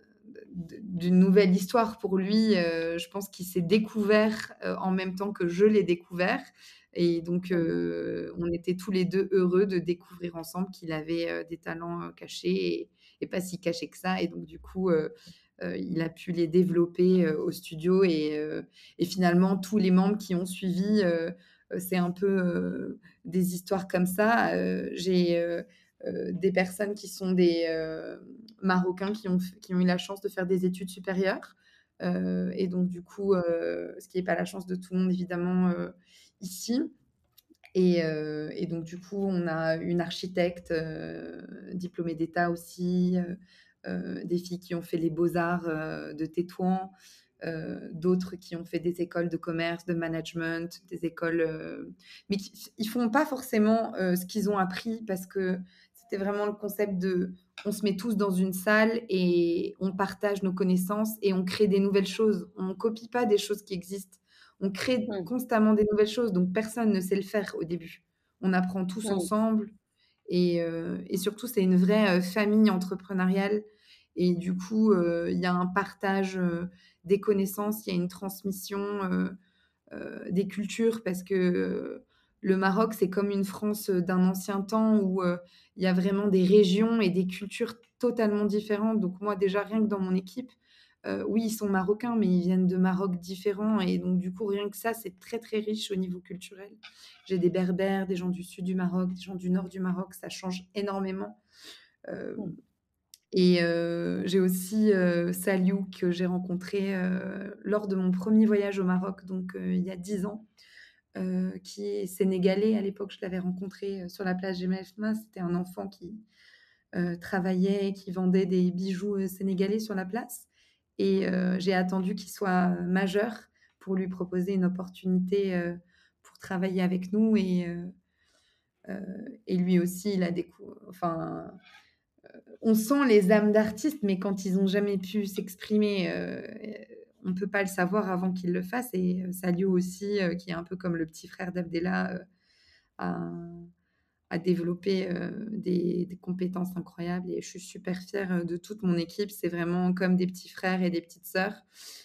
d d'une nouvelle histoire pour lui, heu, je pense qu'il s'est découvert, heu, en même temps que je l'ai découvert et donc
Mmh.
heu, on était tous les deux heureux de découvrir ensemble qu'il avait, heu, des talents, heu, cachés et et pas si cachés que ça et donc du coup, heu heu, il a pu les développer, heu, au studio et heu et finalement tous les membres qui ont suivi, heu heu, c'est un peu, heu, des histoires comme ça. Heu, j'ai, heu heu, des personnes qui sont des, heu, Marocains qui ont f qui ont eu la chance de faire des études supérieures, heu et donc du coup, heu, ce qui est pas la chance de tout le monde évidemment, heu, ici et heu et donc du coup, on a une architecte, heu, diplômée d'État aussi, heu heu, des filles qui ont fait les beaux-arts, heu, de Tétouan, heu, d'autres qui ont fait des écoles de commerce, de management, des écoles, heu, mais qui ils font pas forcément, heu, ce qu'ils ont appris parce que c'était vraiment le concept de on se met tous dans une salle et on partage nos connaissances et on crée des nouvelles choses. On copie pas des choses qui existent. On crée
Mmh.
constamment des nouvelles choses, donc personne ne sait le faire au début. On apprend tous
Mmh.
ensemble et heu et surtout, c'est une vraie, heu, famille entrepreneuriale et du coup, heu, il y a un partage, heu, des connaissances, il y a une transmission, heu heu, des cultures parce que, heu, le Maroc, c'est comme une France, heu, d'un ancien temps où, heu, il y a vraiment des régions et des cultures totalement différentes. Donc moi, déjà, rien que dans mon équipe, heu, oui, ils sont marocains, mais ils viennent de Maroc différents et donc du coup, rien que ça, c'est très, très riche au niveau culturel. J'ai des berbères, des gens du sud du Maroc, des gens du nord du Maroc, ça change énormément. Hem
Mmh.
et heu, j'ai aussi, heu, Saliou que j'ai rencontré, heu, lors de mon premier voyage au Maroc, donc heu, il y a dix ans, heu, qui est sénégalais. À l'époque, je l'avais rencontré, heu, sur la plage Jemaa Elfna. C'était un enfant qui, heu, travaillait, qui vendait des bijoux, heu, sénégalais sur la place et heu, j'ai attendu qu'il soit, heu, majeur pour lui proposer une opportunité, heu, pour travailler avec nous et heu heu et lui aussi, il a décou enfin, on sent les âmes d'artistes, mais quand ils ont jamais pu s'exprimer, heu, on ne peut pas le savoir avant qu'ils le fassent et heu, Salio aussi, heu, qui est un peu comme le petit frère d'Abdella, heu, a a développé, heu, des des compétences incroyables et je suis super fière, heu, de toute mon équipe. C'est vraiment comme des petits frères et des petites sœurs.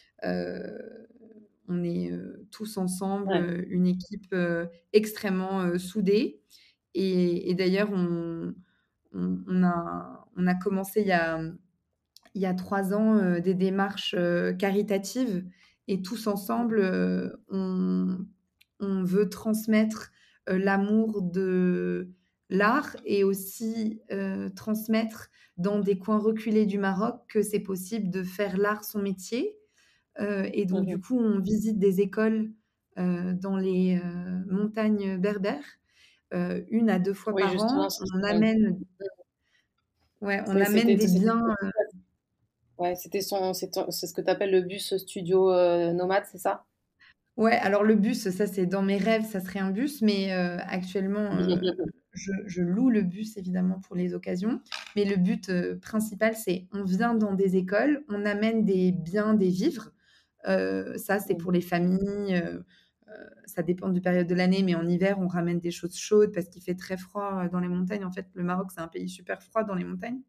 Heu, on est, heu, tous ensemble,
Ouais.
heu, une équipe, heu, extrêmement, heu, soudée et et d'ailleurs on on on a on a commencé il y a, mmh, il y a trois ans, heu, des démarches, heu, caritatives et tous ensemble, heu, on on veut transmettre, heu, l'amour de l'art et aussi, heu, transmettre dans des coins reculés du Maroc que c'est possible de faire l'art son métier. Heu et donc du
Mmh.
coup, on visite des écoles, heu, dans les, heu, montagnes berbères, heu, une à deux fois
Oui,
par
justement,
an.
c'est
On
ouais.
amène ouais, on
C'est
amène
c'était
des
c'était
biens, heu
ouais, c'était son c'est ton c'est ce que tu appelles le bus studio, heu, nomade, c'est ça?
ouais, alors le bus, ça c'est dans mes rêves, ça serait un bus, mais heu, actuellement, heu, je je loue le bus évidemment pour les occasions. Mais le but, heu, principal, c'est on vient dans des écoles, on amène des biens, des vivres. Heu, ça, c'est pour
Mmh.
les familles, heu heu, ça dépend du période de l'année, mais en hiver, on ramène des choses chaudes parce qu'il fait très froid, heu, dans les montagnes. En fait, le Maroc, c'est un pays super froid dans les montagnes.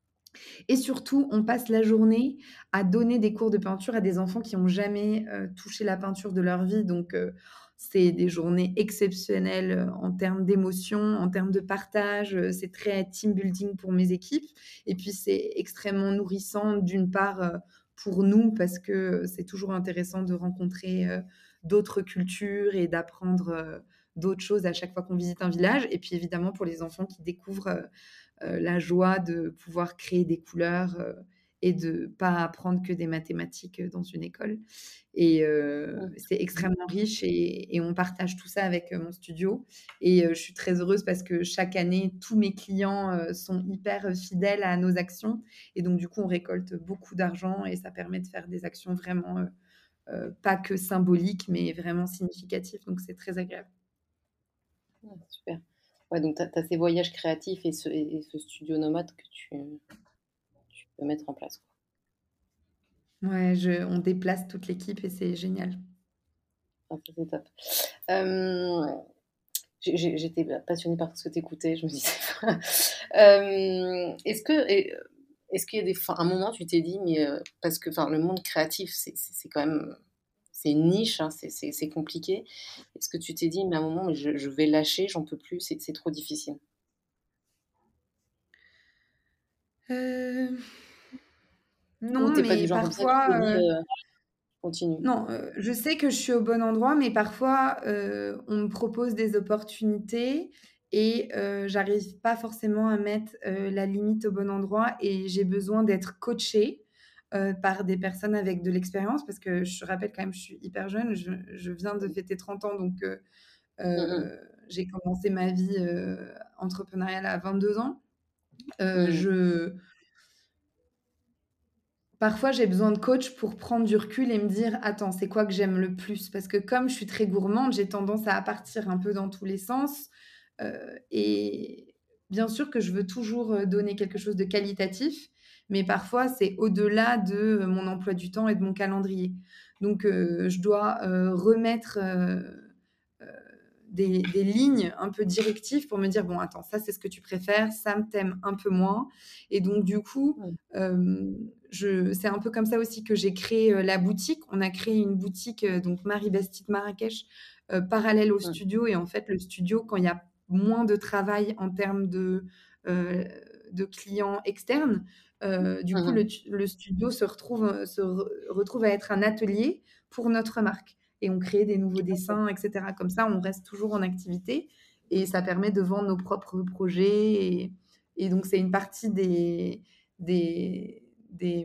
Et surtout, on passe la journée à donner des cours de peinture à des enfants qui ont jamais, heu, touché la peinture de leur vie. Donc, heu, c'est des journées exceptionnelles, heu, en termes d'émotion, en termes de partage, heu, c'est très team building pour mes équipes et puis c'est extrêmement nourrissant d'une part, heu, pour nous parce que, c'est toujours intéressant de rencontrer, heu, d'autres cultures et d'apprendre, heu, d'autres choses à chaque fois qu'on visite un village et puis évidemment pour les enfants qui découvrent, heu heu, la joie de pouvoir créer des couleurs, heu et de pas apprendre que des mathématiques, heu, dans une école et heu,
Mmh.
c'est extrêmement riche et et on partage tout ça avec, heu, mon studio et heu, je suis très heureuse parce que chaque année, tous mes clients, heu, sont hyper, heu, fidèles à nos actions et donc du coup, on récolte beaucoup d'argent et ça permet de faire des actions vraiment, heu heu, pas que symboliques, mais vraiment significatives, donc c'est très agréable.
Ouais, super. Ouais, donc tu as ces voyages créatifs et ce et et ce studio nomade que tu tu peux mettre en place, quoi.
Ouais, je on déplace toute l'équipe et c'est génial.
Ah, ça, c'est top. Hem, j'ai j'ai j'étais passionnée par ce que tu écoutais, je me disais hem, est-ce que et heu, est-ce qu'il y a des enfin, un moment tu t'es dit: «Mais» heu, parce que enfin, le monde créatif, c'est c'est c'est quand même c'est une niche, hein, c'est c'est c'est compliqué. Est-ce que tu t'es dit: «Mais à un moment, mais je je vais lâcher, j'en peux plus, c'est c'est trop difficile»?
Heu,
Ou
non,
tu es pas du
mais
genre comme ça, tu t'es
parfois,
dit,
heu,
heu: «Continue»?
non, heu, je sais que je suis au bon endroit, mais parfois, heu, on me propose des opportunités et heu, j'arrive pas forcément à mettre, heu, la limite au bon endroit et j'ai besoin d'être coachée, heu, par des personnes avec de l'expérience parce que je rappelle quand même, je suis hyper jeune, je je viens de fêter trente ans donc heu
Mmh mh.
heu, j'ai commencé ma vie, heu, entrepreneuriale à vingt-deux ans. Heu,
Mmh.
je Parfois, j'ai besoin de coach pour prendre du recul et me dire: «Attends, c'est quoi que j'aime le plus?» parce que comme je suis très gourmande, j'ai tendance à partir un peu dans tous les sens, heu et bien sûr que je veux toujours, heu, donner quelque chose de qualitatif, mais parfois c'est au-delà de, heu, mon emploi du temps et de mon calendrier. Donc heu, je dois, heu, remettre, heu heu, des des lignes un peu directives pour me dire: «Bon attends, ça c'est ce que tu préfères, ça me t'aimes un peu moins» et donc du coup,
Mmh.
hem, je c'est un peu comme ça aussi que j'ai créé, heu, la boutique. On a créé une boutique, heu, donc Marie Bastide Marrakech, heu, parallèle au
Mmh.
studio et en fait, le studio, quand il y a moins de travail en termes de, heu, de clients externes, heu, du
Mmh
coup,
mh.
le tu le studio se retrouve, heu, se re retrouve à être un atelier pour notre marque et on crée des nouveaux
OK.
dessins et cetera. Comme ça, on reste toujours en activité et ça permet de vendre nos propres projets et et donc c'est une partie des des des,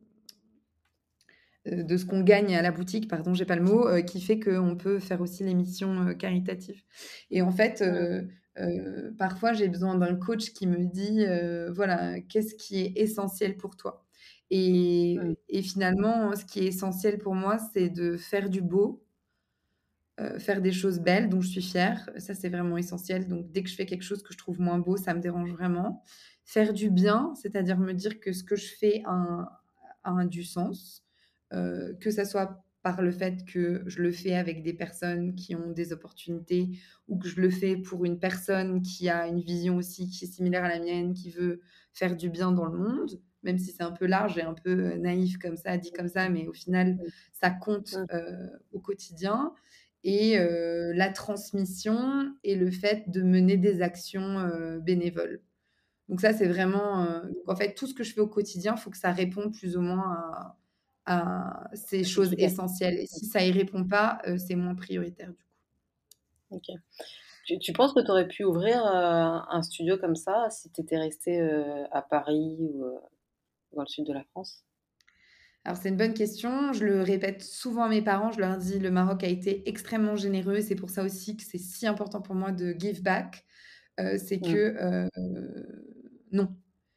mmh, de ce qu'on gagne à la boutique, pardon, j'ai pas le mot, heu, qui fait qu'on peut faire aussi les missions, heu, caritatives et en fait,
Mmh.
heu, Heu, parfois, j'ai besoin d'un coach qui me dit, heu, voilà, qu'est-ce qui est essentiel pour toi?
Mmh.
Et et finalement, ce qui est essentiel pour moi, c'est de faire du beau, heu, faire des choses belles dont je suis fière. Ça, c'est vraiment essentiel. Donc dès que je fais quelque chose que je trouve moins beau, ça me dérange vraiment. Faire du bien, c'est-à-dire me dire que ce que je fais a un a un du sens, heu, que ça soit par le fait que je le fais avec des personnes qui ont des opportunités ou que je le fais pour une personne qui a une vision aussi qui est similaire à la mienne, qui veut faire du bien dans le monde, même si c'est un peu large et un peu, heu, naïf comme ça, dit comme ça, mais au final,
Mmh.
ça compte,
Mmh.
heu, au quotidien. Et heu, la transmission et le fait de mener des actions, heu, bénévoles. Donc ça, c'est vraiment, heu, donc en fait, tout ce que je fais au quotidien, il faut que ça réponde plus ou moins à à ces
À ces
choses
critères.
essentielles et si ça y répond pas, heu, c'est moins prioritaire, du coup.
OK. Tu tu penses que tu aurais pu ouvrir, heu, un studio comme ça si tu étais restée, heu, à Paris ou, heu, dans le sud de la France?
Alors c'est une bonne question, je le répète souvent à mes parents, je leur dis: «Le Maroc a été extrêmement généreux et c'est pour ça aussi que c'est si important pour moi de give back». Heu, c'est
Mmh.
que, heu, non.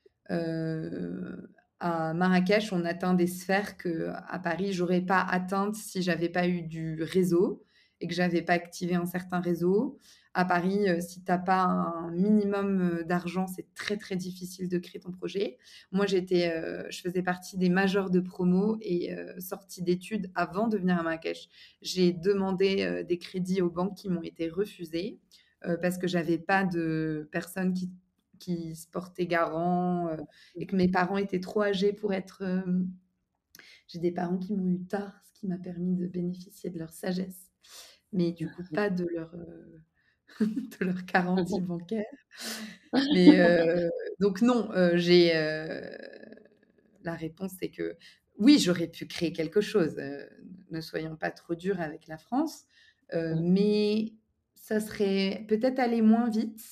Heu, à Marrakech, on atteint des sphères qu'à Paris, j'aurais pas atteintes si j'avais pas eu du réseau et que j'avais pas activé un certain réseau. À Paris, heu, si tu as pas un minimum, heu, d'argent, c'est très, très difficile de créer ton projet. Moi, j'étais, heu, je faisais partie des majors de promo et heu, sortie d'études avant de venir à Marrakech. J'ai demandé, heu, des crédits aux banques qui m'ont été refusés, heu, parce que j'avais pas de personnes qui qui se portaient garant, heu
Mmh.
et que mes parents étaient trop âgés pour être, hem j'ai des parents qui m'ont eu tard, ce qui m'a permis de bénéficier de leur sagesse, mais du coup pas de leur, heu, de leur garantie bancaire. Mais heu, donc non, heu, j'ai, heu, la réponse c'est que oui, j'aurais pu créer quelque chose, heu, ne soyons pas trop durs avec la France, heu,
Mmh.
mais ça serait peut-être aller moins vite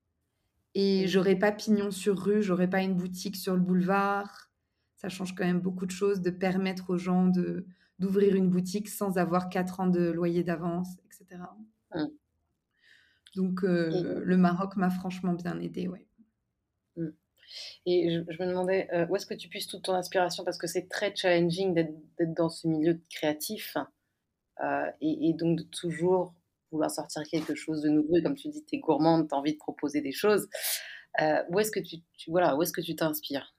et
Mmh.
j'aurais pas pignon sur rue, j'aurais pas une boutique sur le boulevard. Ça change quand même beaucoup de choses de permettre aux gens de d'ouvrir une boutique sans avoir quatre ans de loyer d'avance et cetera.
Mmh.
Donc
Et
heu, le Maroc m'a franchement bien aidée, ouais.
mmh. Et je je me demandais, heu, où est-ce que tu puisses toute ton inspiration? Parce que c'est très challenging d'être d'être dans ce milieu créatif, heu et et donc de toujours vouloir sortir quelque chose de nouveau et comme tu dis, tu es gourmande, tu as envie de proposer des choses. Heu, où est-ce que tu tu voilà, où est-ce que tu t'inspires?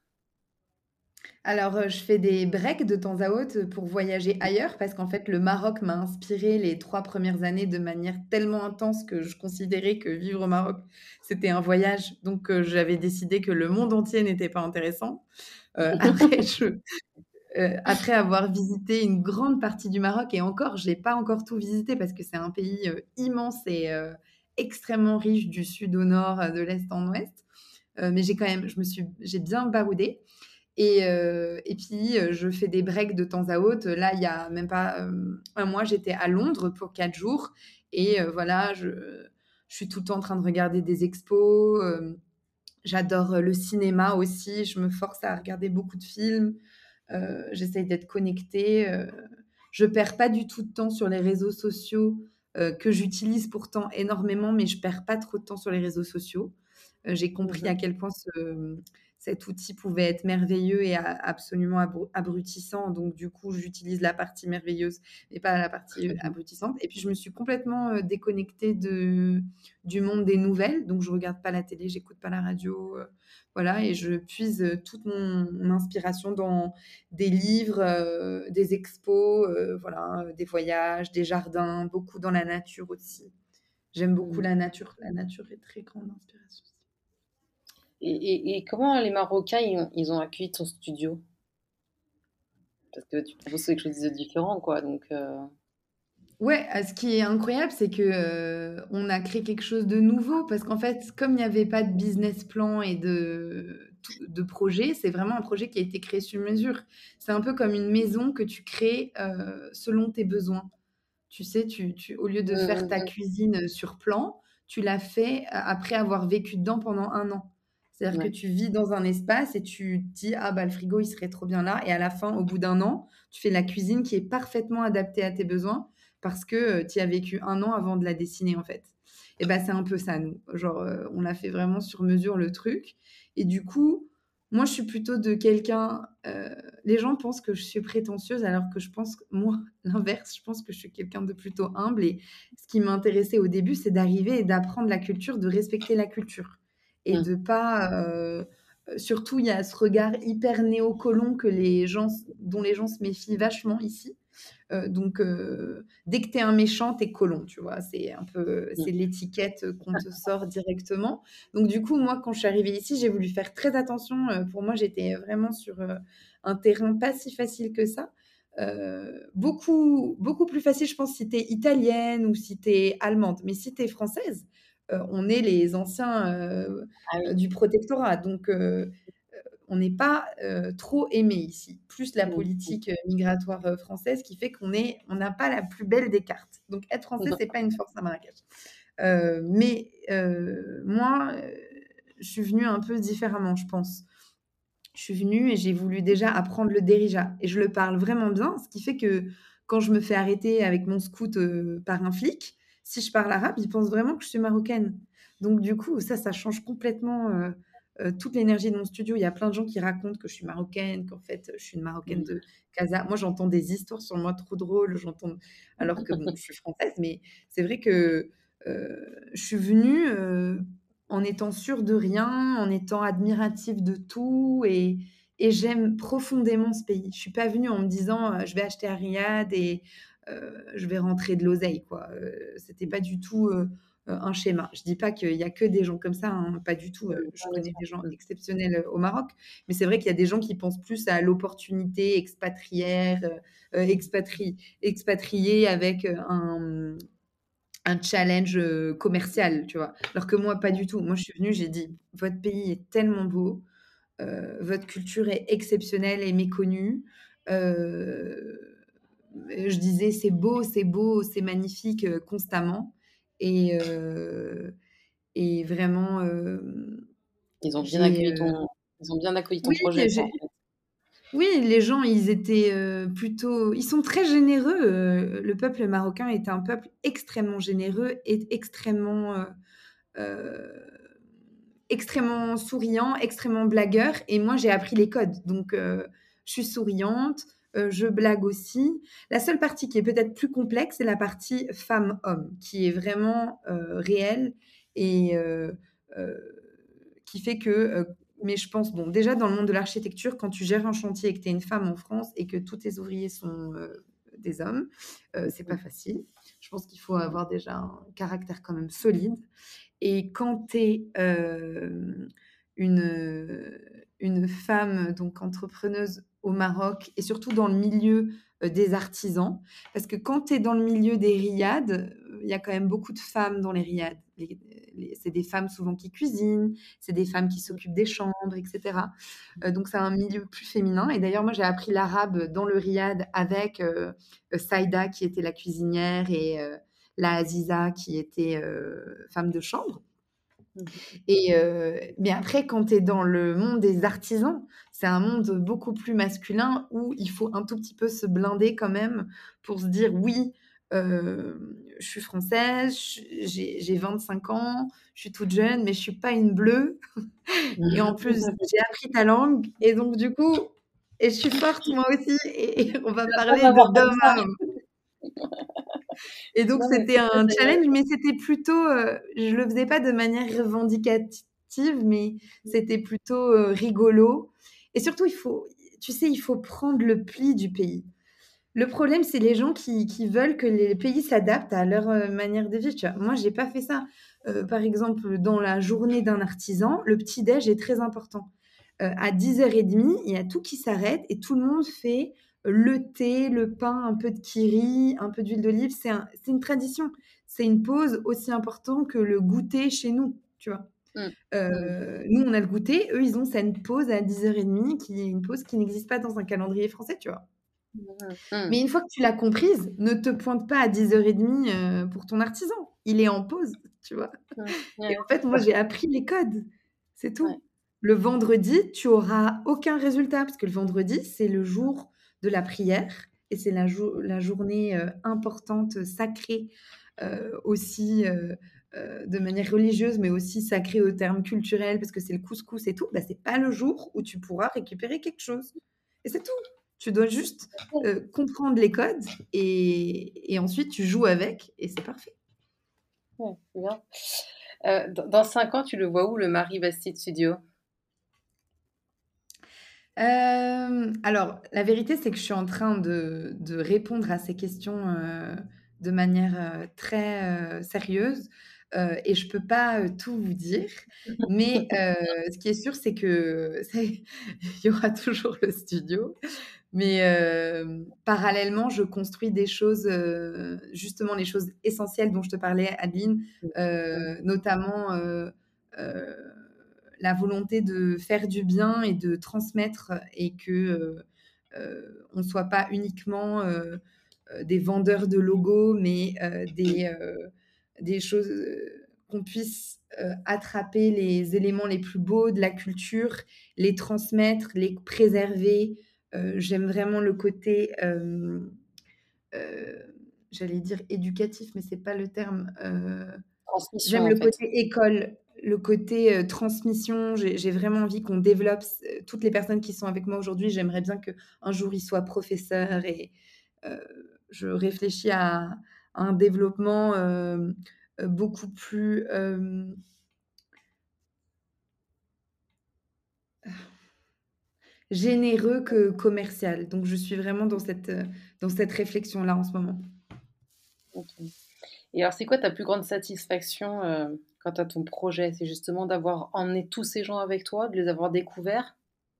Alors, heu, je fais des breaks de temps à autre pour voyager ailleurs parce qu'en fait, le Maroc m'a inspirée les trois premières années de manière tellement intense que je considérais que vivre au Maroc, c'était un voyage. Donc, heu, j'avais décidé que le monde entier n'était pas intéressant. Heu, après je heu, après avoir visité une grande partie du Maroc et encore, j'ai pas encore tout visité parce que c'est un pays, heu, immense et heu, extrêmement riche du sud au nord, heu, de l'est en ouest. Heu, mais j'ai quand même je me suis j'ai bien baroudé et heu et puis, heu, je fais des breaks de temps à autre. Là, il y a même pas, hem, un mois, j'étais à Londres pour quatre jours et heu, voilà, je je suis tout le temps en train de regarder des expos, hem, j'adore, heu, le cinéma aussi, je me force à regarder beaucoup de films, heu, j'essaye d'être connectée, heu, je perds pas du tout de temps sur les réseaux sociaux, heu, que j'utilise pourtant énormément, mais je perds pas trop de temps sur les réseaux sociaux. Heu, j'ai
Mmh
compris
mh.
à quel point ce, mmh, cet outil pouvait être merveilleux et a absolument abru abrutissant. Donc du coup, j'utilise la partie merveilleuse et pas la partie, heu, abrutissante. Et puis je me suis complètement, heu, déconnectée de du monde des nouvelles. Donc je regarde pas la télé, j'écoute pas la radio, heu, voilà et je puise, heu, toute mon mon inspiration dans des livres, heu, des expos, heu, voilà, heu, des voyages, des jardins, beaucoup dans la nature aussi. J'aime beaucoup
Mmh.
la nature. La nature est très grande inspiration aussi.
Et et et comment les Marocains, ils ont ils ont accueilli ton studio? Parce que tu proposes quelque chose de différent, quoi, donc heu
Ouais, heu, ce qui est incroyable, c'est que, heu, on a créé quelque chose de nouveau parce qu'en fait, comme il n'y avait pas de business plan et de tout de projet, c'est vraiment un projet qui a été créé sur mesure. C'est un peu comme une maison que tu crées, heu, selon tes besoins. Tu sais, tu tu au lieu de
mmh
faire
mh,
ta
mmh.
cuisine, sur plan, tu l'as fait a après avoir vécu dedans pendant un an. C'est-à-dire que
Ouais.
tu vis dans un espace et tu te dis: «Ah bah, le frigo, il serait trop bien là» et à la fin, au bout d'un an, tu fais la cuisine qui est parfaitement adaptée à tes besoins parce que, heu, tu y as vécu un an avant de la dessiner, en fait. Et bah, c'est un peu ça, nous. Genre, heu, on a fait vraiment sur mesure le truc et du coup, moi, je suis plutôt de quelqu'un, heu, les gens pensent que je suis prétentieuse alors que je pense que moi, l'inverse, je pense que je suis quelqu'un de plutôt humble et ce qui m'intéressait au début, c'est d'arriver et d'apprendre la culture, de respecter la culture et
Mmh.
de pas, heu, surtout il y a ce regard hyper néocolon que les gens s dont les gens se méfient vachement ici. Heu, donc heu, dès que tu es un méchant, tu es colon, tu vois? C'est un peu
Mmh.
c'est l'étiquette, qu'on te sort directement. Donc du coup, moi, quand je suis arrivée ici, j'ai voulu faire très attention, heu, pour moi, j'étais vraiment sur, heu, un terrain pas si facile que ça. Heu, beaucoup beaucoup plus facile, je pense, si tu es italienne ou si tu es allemande. Mais si tu es française, heu, on est les anciens, heu
Ah
heu,
oui.
du protectorat. Donc heu on n'est pas, heu, trop aimé ici. Plus la
Mmh. Mmh.
politique, heu, migratoire, heu, française qui fait qu'on est on n'a pas la plus belle des cartes. Donc être français, c'est pas une force à Marrakech. Heu, mais heu, moi, heu, je suis venue un peu différemment, je pense. Je suis venue et j'ai voulu déjà apprendre le Derija et je le parle vraiment bien, ce qui fait que quand je me fais arrêter avec mon scout, heu, par un flic, si je parle arabe, il pense vraiment que je suis marocaine. Donc du coup, ça, ça change complètement, heu heu, toute l'énergie de mon studio. Il y a plein de gens qui racontent que je suis marocaine, qu'en fait, je suis une marocaine
Mmh.
de Casa. Moi, j'entends des histoires sur moi trop drôles, j'entends alors que bon, je suis française, mais c'est vrai que, heu, je suis venue, heu en étant sûre de rien, en étant admirative de tout et et j'aime profondément ce pays. Je suis pas venue en me disant, heu: «Je vais acheter à Riyad et heu, je vais rentrer de l'oseille», quoi. Heu, c'était pas du tout, heu heu, un schéma. Je dis pas qu'il y a que des gens comme ça, hein, pas du tout, heu, je
Ouais, bien
connais
sûr.
des gens
Mmh.
exceptionnels, heu, au Maroc, mais c'est vrai qu'il y a des gens qui pensent plus à l'opportunité expatriaire, heu heu, expatri expatrié avec, heu, un un challenge, heu, commercial, tu vois? Alors que moi, pas du tout. Moi, je suis venue, j'ai dit: «Votre pays est tellement beau, heu, votre culture est exceptionnelle et méconnue». Heu, je disais: «C'est beau, c'est beau, c'est magnifique», heu, constamment et heu et vraiment, hem,
Ils ont bien
j'ai,
accueilli
heu
ton ils ont bien accueilli ton
oui,
projet, quoi, en
j'ai
fait.
oui, les gens, ils étaient, heu, plutôt ils sont très généreux, heu, le peuple marocain est un peuple extrêmement généreux et extrêmement, heu heu, extrêmement souriant, extrêmement blagueur et moi, j'ai appris les codes. Donc heu, je suis souriante, heu, je blague aussi. La seule partie qui est peut-être plus complexe, c'est la partie femme-homme, qui est vraiment, heu, réelle et heu heu, qui fait que, heu mais je pense, bon, déjà dans le monde de l'architecture, quand tu gères un chantier et que tu es une femme en France et que tous tes ouvriers sont, heu, des hommes, heu, c'est
Mmh.
pas facile. Je pense qu'il faut avoir déjà un caractère quand même solide et quand tu es, hem, une, heu, une femme donc entrepreneuse au Maroc et surtout dans le milieu, heu, des artisans, parce que quand tu es dans le milieu des riads, heu, il y a quand même beaucoup de femmes dans les riads. Les les c'est des femmes souvent qui cuisinent, c'est des femmes qui s'occupent des chambres et cetera. Heu, donc c'est un milieu plus féminin et d'ailleurs moi j'ai appris l'arabe dans le riad avec, heu heu, Saïda qui était la cuisinière et heu, la Aziza qui était, heu, femme de chambre.
Mmh mh.
Et heu, mais après quand tu es dans le monde des artisans, c'est un monde beaucoup plus masculin où il faut un tout petit peu se blinder quand même pour se dire: «Oui, hem, je suis française, j j'ai j'ai vingt-cinq ans, je suis toute jeune, mais je suis pas une bleue et en plus j'ai appris ta langue et donc du coup et je suis forte moi aussi et et on va
Tu vas pas
parler de
m'avoir comme
d'homme
ça.
à homme». Et donc
Non, mais
c'était
ça,
un
c'est
challenge, mais c'était plutôt, heu, je le faisais pas de manière revendicative, mais c'était plutôt, heu, rigolo et surtout il faut tu sais, il faut prendre le pli du pays. Le problème, c'est les gens qui qui veulent que les pays s'adaptent à leur, heu, manière de vivre, tu vois? Moi, j'ai pas fait ça. Heu, par exemple, dans la journée d'un artisan, le petit déj est très important. Heu, à dix heures trente, il y a tout qui s'arrête et tout le monde fait le thé, le pain, un peu de kiri, un peu d'huile d'olive. C'est un c'est une tradition. C'est une pause aussi important que le goûter chez nous, tu vois?
Mmh. Mmh.
Heu, nous, on a le goûter, eux, ils ont cette pause à dix heures trente qui est une pause qui n'existe pas dans un calendrier français, tu vois?
Mmh. Mmh.
Mais une fois que tu l'as comprise, ne te pointe pas à dix heures trente, heu, pour ton artisan. Il est en pause, tu vois?
Mmh.
Et
Ouais,
en fait, moi,
ouais,
j'ai appris les codes, c'est
ouais.
tout. Le vendredi, tu auras aucun résultat parce que le vendredi, c'est le jour de la prière et c'est la jour la journée, heu, importante, sacrée, heu, aussi, heu heu, de manière religieuse, mais aussi sacrée au terme culturel, parce que c'est le couscous et tout, bah, c'est pas le jour où tu pourras récupérer quelque chose et c'est tout. Tu dois juste, heu, comprendre les codes et et ensuite tu joues avec et c'est parfait.
Ouais, c'est bien. Heu, dans dans cinq ans, tu le vois où le Marie Bastide Studio?
Hem, alors la vérité, c'est que je suis en train de de répondre à ces questions, heu, de manière, heu, très, heu, sérieuse, heu et je peux pas, heu, tout vous dire. Mais, heu, ce qui est sûr, c'est que c'est il y aura toujours le studio. Mais, hem, parallèlement, je construis des choses, heu, justement les choses essentielles dont je te parlais, Adeline,
Mmh.
heu, notamment, heu heu, la volonté de faire du bien et de transmettre et que, heu heu, on soit pas uniquement, heu heu, des vendeurs de logos, mais, heu, des, heu, des choses, heu, qu'on puisse, heu, attraper les éléments les plus beaux de la culture, les transmettre, les préserver. Heu, j'aime vraiment le côté, hem, heu, j'allais dire éducatif, mais c'est pas le terme, heu,
Transmission,
j'aime
en
le
fait.
côté école, le côté, heu, transmission. J'ai j'ai vraiment envie qu'on développe s heu, toutes les personnes qui sont avec moi aujourd'hui, j'aimerais bien qu'un jour ils soient professeurs et heu, je réfléchis à à un développement, hem, heu, beaucoup plus, hem généreux que commercial. Donc je suis vraiment dans cette, heu, dans cette réflexion-là en ce moment.
OK. Et alors, c'est quoi ta plus grande satisfaction, heu, quant à ton projet? C'est justement d'avoir emmené tous ces gens avec toi, de les avoir découverts?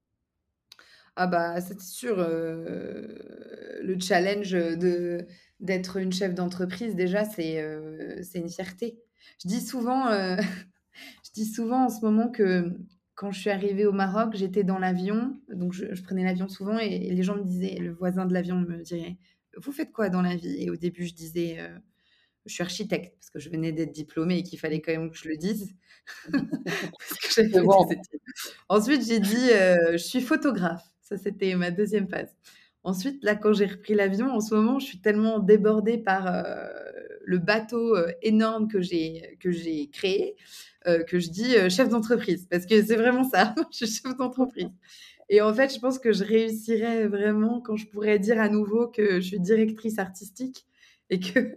Ah bah, ça c'est sûr, heu, le challenge, de d'être une chef d'entreprise déjà c'est, heu, c'est une fierté. Je dis souvent, heu, je dis souvent en ce moment que quand je suis arrivée au Maroc, j'étais dans l'avion, donc je je prenais l'avion souvent et et les gens me disaient le voisin de l'avion me dirait: «Vous faites quoi dans la vie?» Et au début je disais, heu: «Je suis architecte», parce que je venais d'être diplômée et qu'il fallait quand même que je le dise, parce que j'avais
Mais
fait des
bon.
études. Ensuite j'ai dit, heu: «Je suis photographe». Ça c'était ma deuxième phase. Ensuite, là, quand j'ai repris l'avion, en ce moment, je suis tellement débordée par, heu, le bateau, heu, énorme que j'ai que j'ai créé, heu, que je dis, heu: «Chef d'entreprise», parce que c'est vraiment ça, je suis chef d'entreprise et en fait, je pense que je réussirais vraiment quand je pourrais dire à nouveau que je suis directrice artistique et que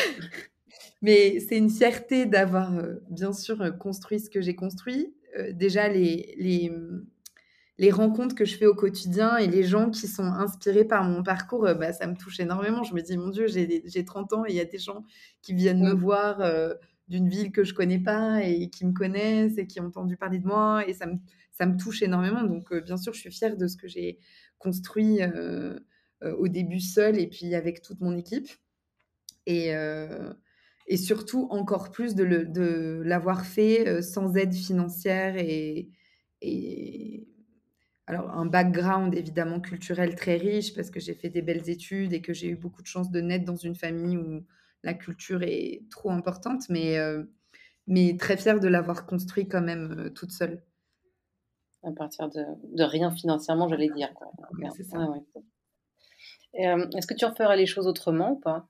mais c'est une fierté d'avoir, heu, bien sûr, heu, construit ce que j'ai construit. Heu, déjà les les, mmh, les rencontres que je fais au quotidien et les gens qui sont inspirés par mon parcours, heu, bah, ça me touche énormément. Je me dis: «Mon Dieu, j'ai des j'ai trente ans et il y a des gens qui viennent me
Mmh.
voir, heu, d'une ville que je connais pas et qui me connaissent et qui ont entendu parler de moi» et ça me ça me touche énormément. Donc, heu, bien sûr, je suis fière de ce que j'ai construit, heu heu, au début seule et puis avec toute mon équipe et heu et surtout encore plus de le de l'avoir fait, heu, sans aide financière et et alors un background évidemment culturel très riche parce que j'ai fait des belles études et que j'ai eu beaucoup de chance de naître dans une famille où la culture est trop importante, mais heu, mais très fière de l'avoir construit quand même, heu, toute seule.
À partir de de rien financièrement, j'allais dire, quoi. Donc,
Ouais,
heu,
c'est ça.
ouais, ouais. Et hem, est-ce que tu referais les choses autrement ou pas?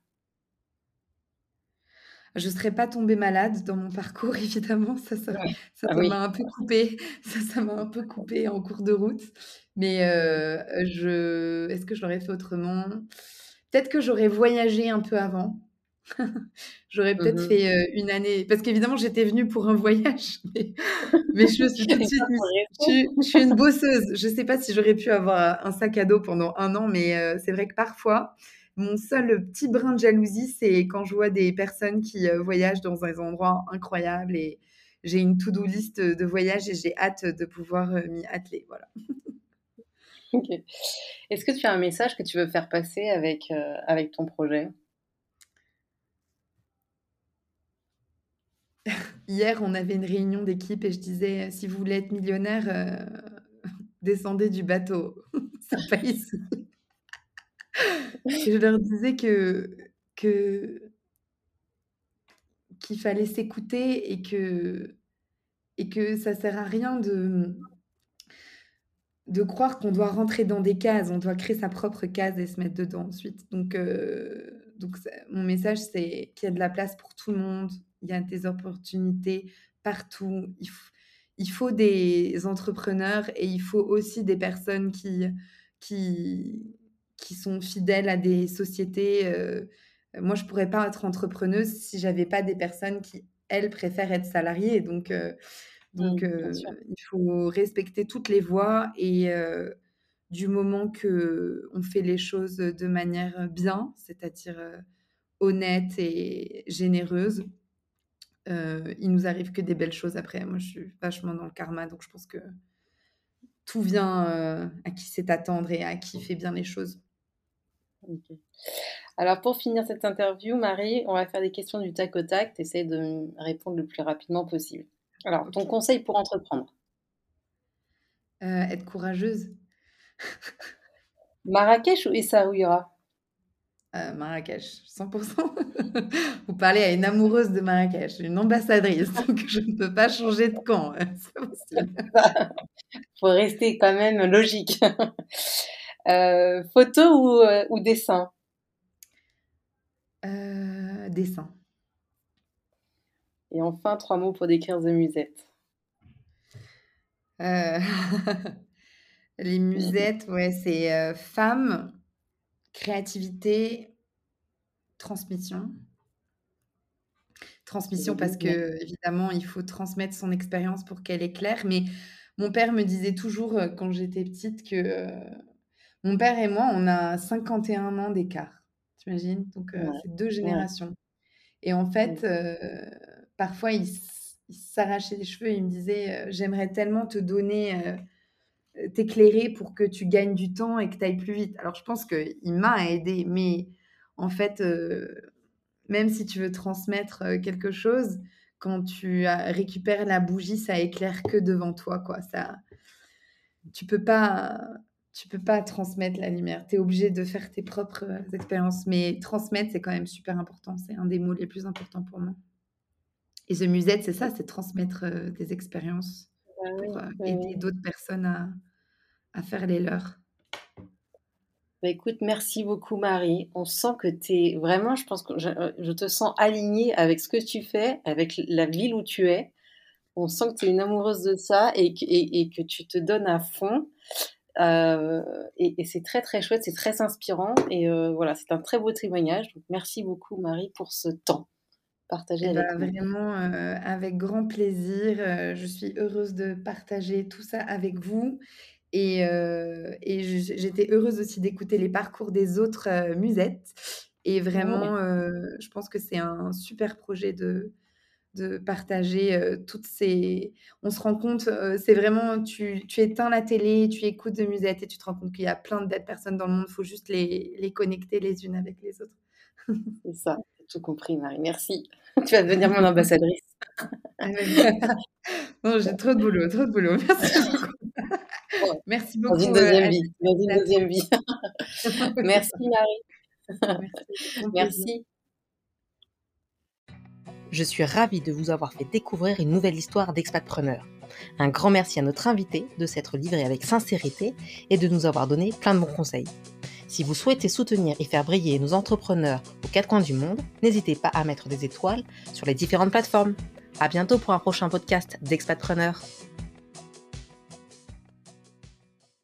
Je serais pas tombée malade dans mon parcours évidemment, ça ça
Ouais.
ça
Ah
ça m'a
oui.
un peu coupée, ça ça m'a un peu coupée en cours de route. Mais
Mmh.
heu, je est-ce que je l'aurais fait autrement? Peut-être que j'aurais voyagé un peu avant. J'aurais
Mmh
peut-être
mh.
fait, heu, une année parce qu'évidemment j'étais venue pour un voyage, mais mais je me suis tout de
Et
suite
pas
mise
pour le
je
resto?
suis je suis une bosseuse. Je sais pas si j'aurais pu avoir un sac à dos pendant un an, mais heu, c'est vrai que parfois, mon seul petit brin de jalousie, c'est quand je vois des personnes qui, heu, voyagent dans des endroits incroyables et j'ai une to do list, de voyage et j'ai hâte de pouvoir, heu, m'y atteler, voilà.
OK. Est-ce que tu as un message que tu veux faire passer avec, heu, avec ton projet?
Hier, on avait une réunion d'équipe et je disais: «Si vous voulez être millionnaire, heu, descendez du bateau, c'est pas ici». Et je leur disais que que qu'il fallait s'écouter et que et que ça sert à rien de, mmh, de croire qu'on doit rentrer dans des cases. On doit créer sa propre case et se mettre dedans ensuite. Donc heu, donc c'est mon message, c'est qu'il y a de la place pour tout le monde, il y a des opportunités partout. Il, f- il faut des entrepreneurs et il faut aussi des personnes qui, qui, qui sont fidèles à des sociétés. euh, Moi, je pourrais pas être entrepreneuse si j'avais pas des personnes qui, elles, préfèrent être salariées. Donc, euh, donc
Mmh, bien
euh,
sûr.
il faut respecter toutes les voies et euh, du moment que on fait les choses de manière bien, c'est-à-dire euh, honnête et généreuse, euh, il nous arrive que des belles choses après. Moi, je suis vachement dans le karma, donc je pense que tout vient euh, à qui sait attendre et à qui fait bien les choses.
OK. Alors pour finir cette interview, Marie, on va faire des questions du tac au tac. Tu essaies de me répondre le plus rapidement possible. Alors, ton
Ok.
conseil pour entreprendre?
Euh, être courageuse.
Marrakech ou Essaouira?
Euh, Marrakech, cent pour cent. Vous parlez à une amoureuse de Marrakech, une ambassadrice, donc je ne peux pas changer de camp, euh, c'est pas possible.
Faut rester quand même logique. Euh, photo ou, euh, ou dessin?
Euh, dessin.
Et enfin, trois mots pour décrire The Musette.
Euh, Les musettes, ouais, c'est euh, femme, créativité, transmission.
C'est
Transmission
joli,
parce
mais
que évidemment, il faut transmettre son expérience pour qu'elle éclaire. Mais mon père me disait toujours euh, quand j'étais petite que euh, mon père et moi, on a cinquante et un ans d'écart. T'imagines? Donc, euh,
ouais,
c'est deux
ouais,
générations. Et en
mm,
fait, euh, parfois, il, s- il s'arrachait les cheveux et il me disait, euh, j'aimerais tellement te donner, euh, t'éclairer pour que tu gagnes du temps et que tu ailles plus vite. Alors, je pense qu'il m'a aidé, mais en fait, euh, même si tu veux transmettre euh, quelque chose, quand tu as- récupères la bougie, ça éclaire que devant toi, quoi. Ça, tu peux pas, tu peux pas transmettre la lumière. Tu es obligé de faire tes propres euh, expériences, mais transmettre, c'est quand même super important. C'est un des mots les plus importants pour moi. Et The Musette, c'est ça, c'est transmettre euh, des expériences
bah oui,
pour euh,
oui,
aider
oui.
d'autres personnes à, à faire les leurs.
Bah, écoute, merci beaucoup Marie. On sent que tu es vraiment, je pense que je, euh, je te sens alignée avec ce que tu fais, avec la ville où tu es. On sent que tu es une amoureuse de ça et que, et, et que tu te donnes à fond. Euh, et, et c'est très très chouette, c'est très inspirant. Et euh, voilà, c'est un très beau témoignage. Donc merci beaucoup Marie pour ce temps partagé
Et ben
avec nous.
vraiment, euh, avec grand plaisir. Euh, je suis heureuse de partager tout ça avec vous. Et, euh, et je- j'étais heureuse aussi d'écouter les parcours des autres euh, musettes. Et
Ouais,
vraiment, euh, je pense que c'est un super projet de, de partager euh, toutes ces... On se rend compte, euh, c'est vraiment, tu, tu éteins la télé, tu écoutes de musettes et tu te rends compte qu'il y a plein de belles personnes dans le monde. Il faut juste les, les connecter les unes avec les autres.
c'est ça, j'ai tout compris Marie, merci. Tu vas devenir mon ambassadrice.
Non, j'ai trop de boulot, trop de boulot. Merci beaucoup.
Ouais,
Merci
dans une
beaucoup, euh,
deuxième vie, dans une
Anne-Sophie.
deuxième vie.
C'est ça.
Merci Marie.
Merci, avec grand plaisir.
Merci.
Je suis ravie de vous avoir fait découvrir une nouvelle histoire d'expatpreneur. Un grand merci à notre invité de s'être livré avec sincérité et de nous avoir donné plein de bons conseils. Si vous souhaitez soutenir et faire briller nos entrepreneurs aux quatre coins du monde, n'hésitez pas à mettre des étoiles sur les différentes plateformes. À bientôt pour un prochain podcast d'Expatpreneur.